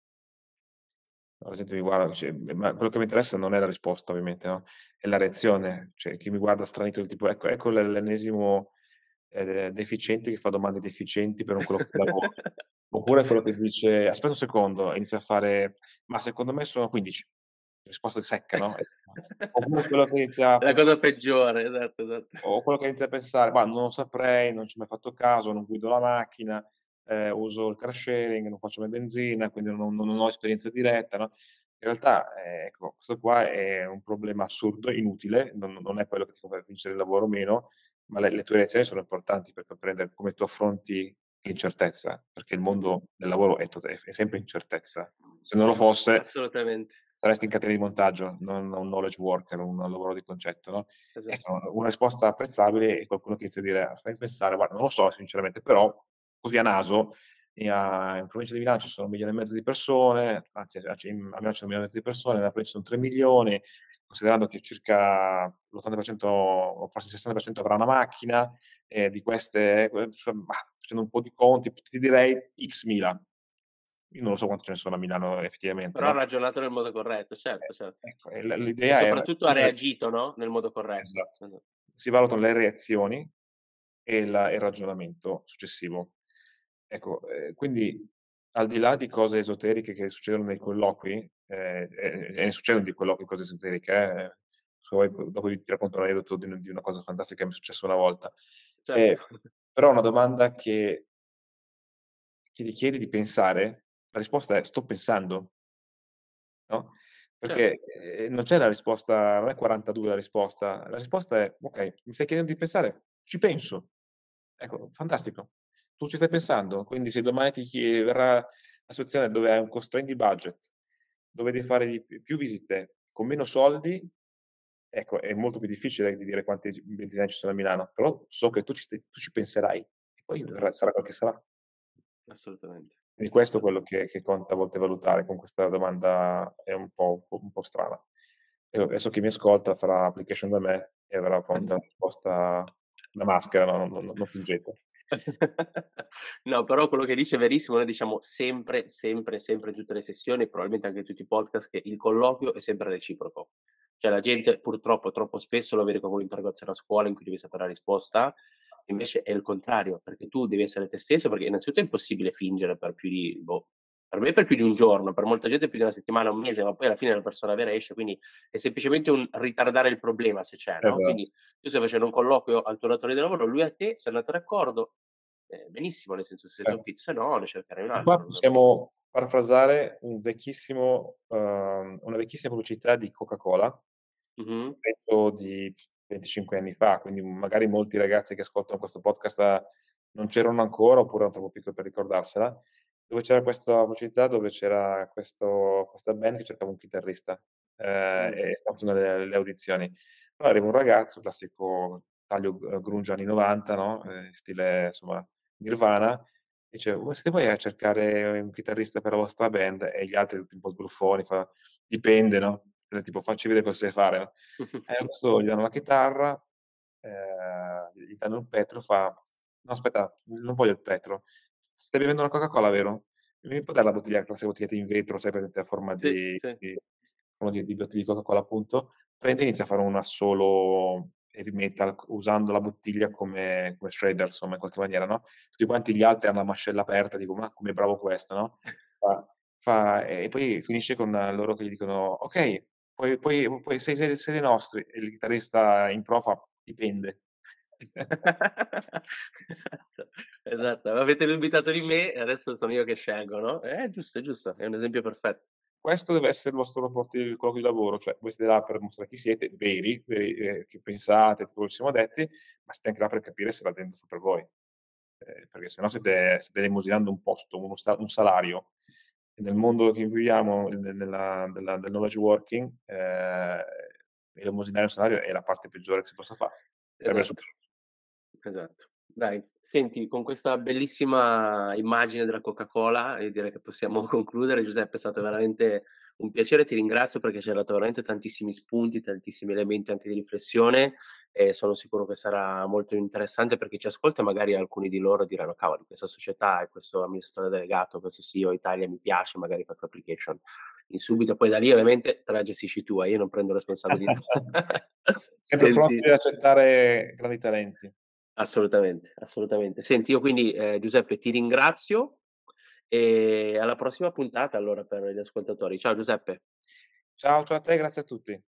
La gente mi guarda, dice ma quello che mi interessa non è la risposta ovviamente, no, è la reazione, cioè chi mi guarda stranito del tipo: ecco l'ennesimo, deficiente che fa domande deficienti per un colloquio di lavoro." Oppure quello che dice: "Aspetta un secondo", e inizia a fare: "Ma secondo me sono 15." risposta secca, no, oppure quello che inizia a
La
pens
cosa peggiore, esatto, esatto.
o quello che inizia a pensare: "Ma non lo saprei, non ci ho mai fatto caso, non guido la macchina, uso il car sharing, non faccio mai benzina, quindi non ho esperienza diretta", no. In realtà, ecco, questo qua è un problema assurdo, inutile, non è quello che ti fa vincere il lavoro o meno, ma le tue reazioni sono importanti per comprendere come tu affronti l'incertezza, perché il
Mh-mh.
mondo del lavoro è sempre incertezza. Se non lo fosse,
Assolutamente,
saresti in catena di montaggio, non un knowledge worker, un lavoro di concetto, no.
esatto.
Ecco, una risposta apprezzabile è qualcuno che inizia a dire: "Fammi pensare, guarda non lo so sinceramente, però così a naso in provincia di Milano ci sono 1.500.000 di persone, anzi a Milano ci sono 1.500.000 di persone, nella provincia sono 3.000.000, considerando che circa l'80% o forse il 60% avrà una macchina, e di queste mah, facendo un po' di conti, ti direi X mila. Io non lo so quante ce ne sono a Milano effettivamente,
Però ha
no,
ragionato nel modo corretto, certo, certo.
ecco, e
E
l'idea è
soprattutto ha reagito, no, nel modo corretto.
esatto. Si valutano le reazioni e il ragionamento successivo. Ecco, quindi al di là di cose esoteriche che succedono nei colloqui, e ne succedono di colloqui cose esoteriche, se vuoi dopo ti racconto un aneddoto di una cosa fantastica che mi è successa una volta.
Certo.
Però una domanda che ti chiedi di pensare, la risposta è: "Sto pensando". No,
Certo,
perché, non c'è la risposta, non è 42 la risposta è: "Okay, mi stai chiedendo di pensare? Ci penso". Ecco, fantastico. Tu ci stai pensando, quindi se domani verrà la situazione dove hai un constraint di budget, dove devi fare più visite con meno soldi, ecco, è molto più difficile di dire quanti benzinai ci sono a Milano, però so che tu ci penserai e poi sarà quel che sarà.
assolutamente,
Quindi questo è quello
assolutamente.
che conta a volte valutare con questa domanda è un po' strana. E adesso chi mi ascolta farà application da me e avrà pronta la risposta da maschera, no, non fingete.
No, però quello che dice è verissimo. Noi diciamo sempre, sempre, sempre in tutte le sessioni, probabilmente anche in tutti i podcast, che il colloquio è sempre reciproco. Cioè la gente purtroppo troppo spesso lo vede come un'interrogazione a scuola in cui devi sapere la risposta, invece è il contrario, perché tu devi essere te stesso, perché innanzitutto è impossibile fingere per più di per me per più di un giorno, per molta gente più di una settimana, un mese, ma poi alla fine la persona vera esce, quindi è semplicemente un ritardare il problema se c'è, no,
Esatto,
quindi tu stai facendo un colloquio al tuo datore di lavoro, lui a te, se andate d'accordo, benissimo, nel senso siete un
certo.
fit, se no ne cercherai un
E qua
altro, non è.
possiamo parafrasare una vecchissima pubblicità di Coca-Cola,
Mh-mh.
penso di 25 anni fa, quindi magari molti ragazzi che ascoltano questo podcast non c'erano ancora, oppure erano troppo piccoli per ricordarsela, dove c'era questa pubblicità, dove c'era questa band che cercava un chitarrista,
Mh.
e stava facendo le audizioni. Allora arriva un ragazzo, classico taglio grunge anni '90, no, stile insomma Nirvana, dice: siete voi a cercare un chitarrista per la vostra band?" E gli altri tutti un po' sbruffoni, fa: "Dipende, no?" Tipo: "Facci vedere cosa sai fare, no?" Questo gli danno la chitarra, gli danno il plettro, fa: "No aspetta, non voglio il plettro. Stai bevendo una Coca-Cola, vero? Mi puoi dare la bottiglia, la classica bottiglietta in vetro, sai presente a forma
Sì,
di
sì.
di forma di bottiglia di Coca-Cola appunto." Prende e inizia a fare un assolo heavy metal usando la bottiglia come shredder, insomma in qualche maniera, no, tutti quanti gli altri hanno la mascella aperta, tipo: "Ma com'è bravo questo", no, e poi finisce con loro che gli dicono: "Okay, puoi sei dei nostri." E il chitarrista in pro fa: "Dipende."
Esatto, esatto. Avete dubitato di me e adesso sono io che scelgo, no? Giusto, è giusto, è un esempio perfetto.
Questo deve essere il vostro rapporto di colloquio di lavoro, cioè voi siete là per mostrare chi siete, veri, che pensate, tutto quello che ci siamo detti, ma siete anche là per capire se l'azienda fa per voi. Perché se no state elemosinando un posto, un salario. E nel mondo che viviamo, del knowledge working, elemosinare un salario è la parte peggiore che si possa sarebbe il
Esatto. Esatto. Dai, senti, con questa bellissima immagine della Coca-Cola, io direi che possiamo concludere. Giuseppe, è stato veramente un piacere, ti ringrazio perché ci hai dato veramente tantissimi spunti, tantissimi elementi anche di riflessione e sono sicuro che sarà molto interessante per chi ci ascolta e magari alcuni di loro diranno: "Cavoli, questa società e questo amministratore delegato, questo CEO Italia mi piace, magari faccio application in subito." Poi da lì ovviamente te la gestisci tu, io non prendo responsabilità.
Sempre
Senti.
pronti ad accettare grandi talenti.
Assolutamente, assolutamente. Senti, io quindi, Giuseppe ti ringrazio e alla prossima puntata allora per gli ascoltatori. Ciao Giuseppe.
Ciao, ciao a te, grazie a tutti.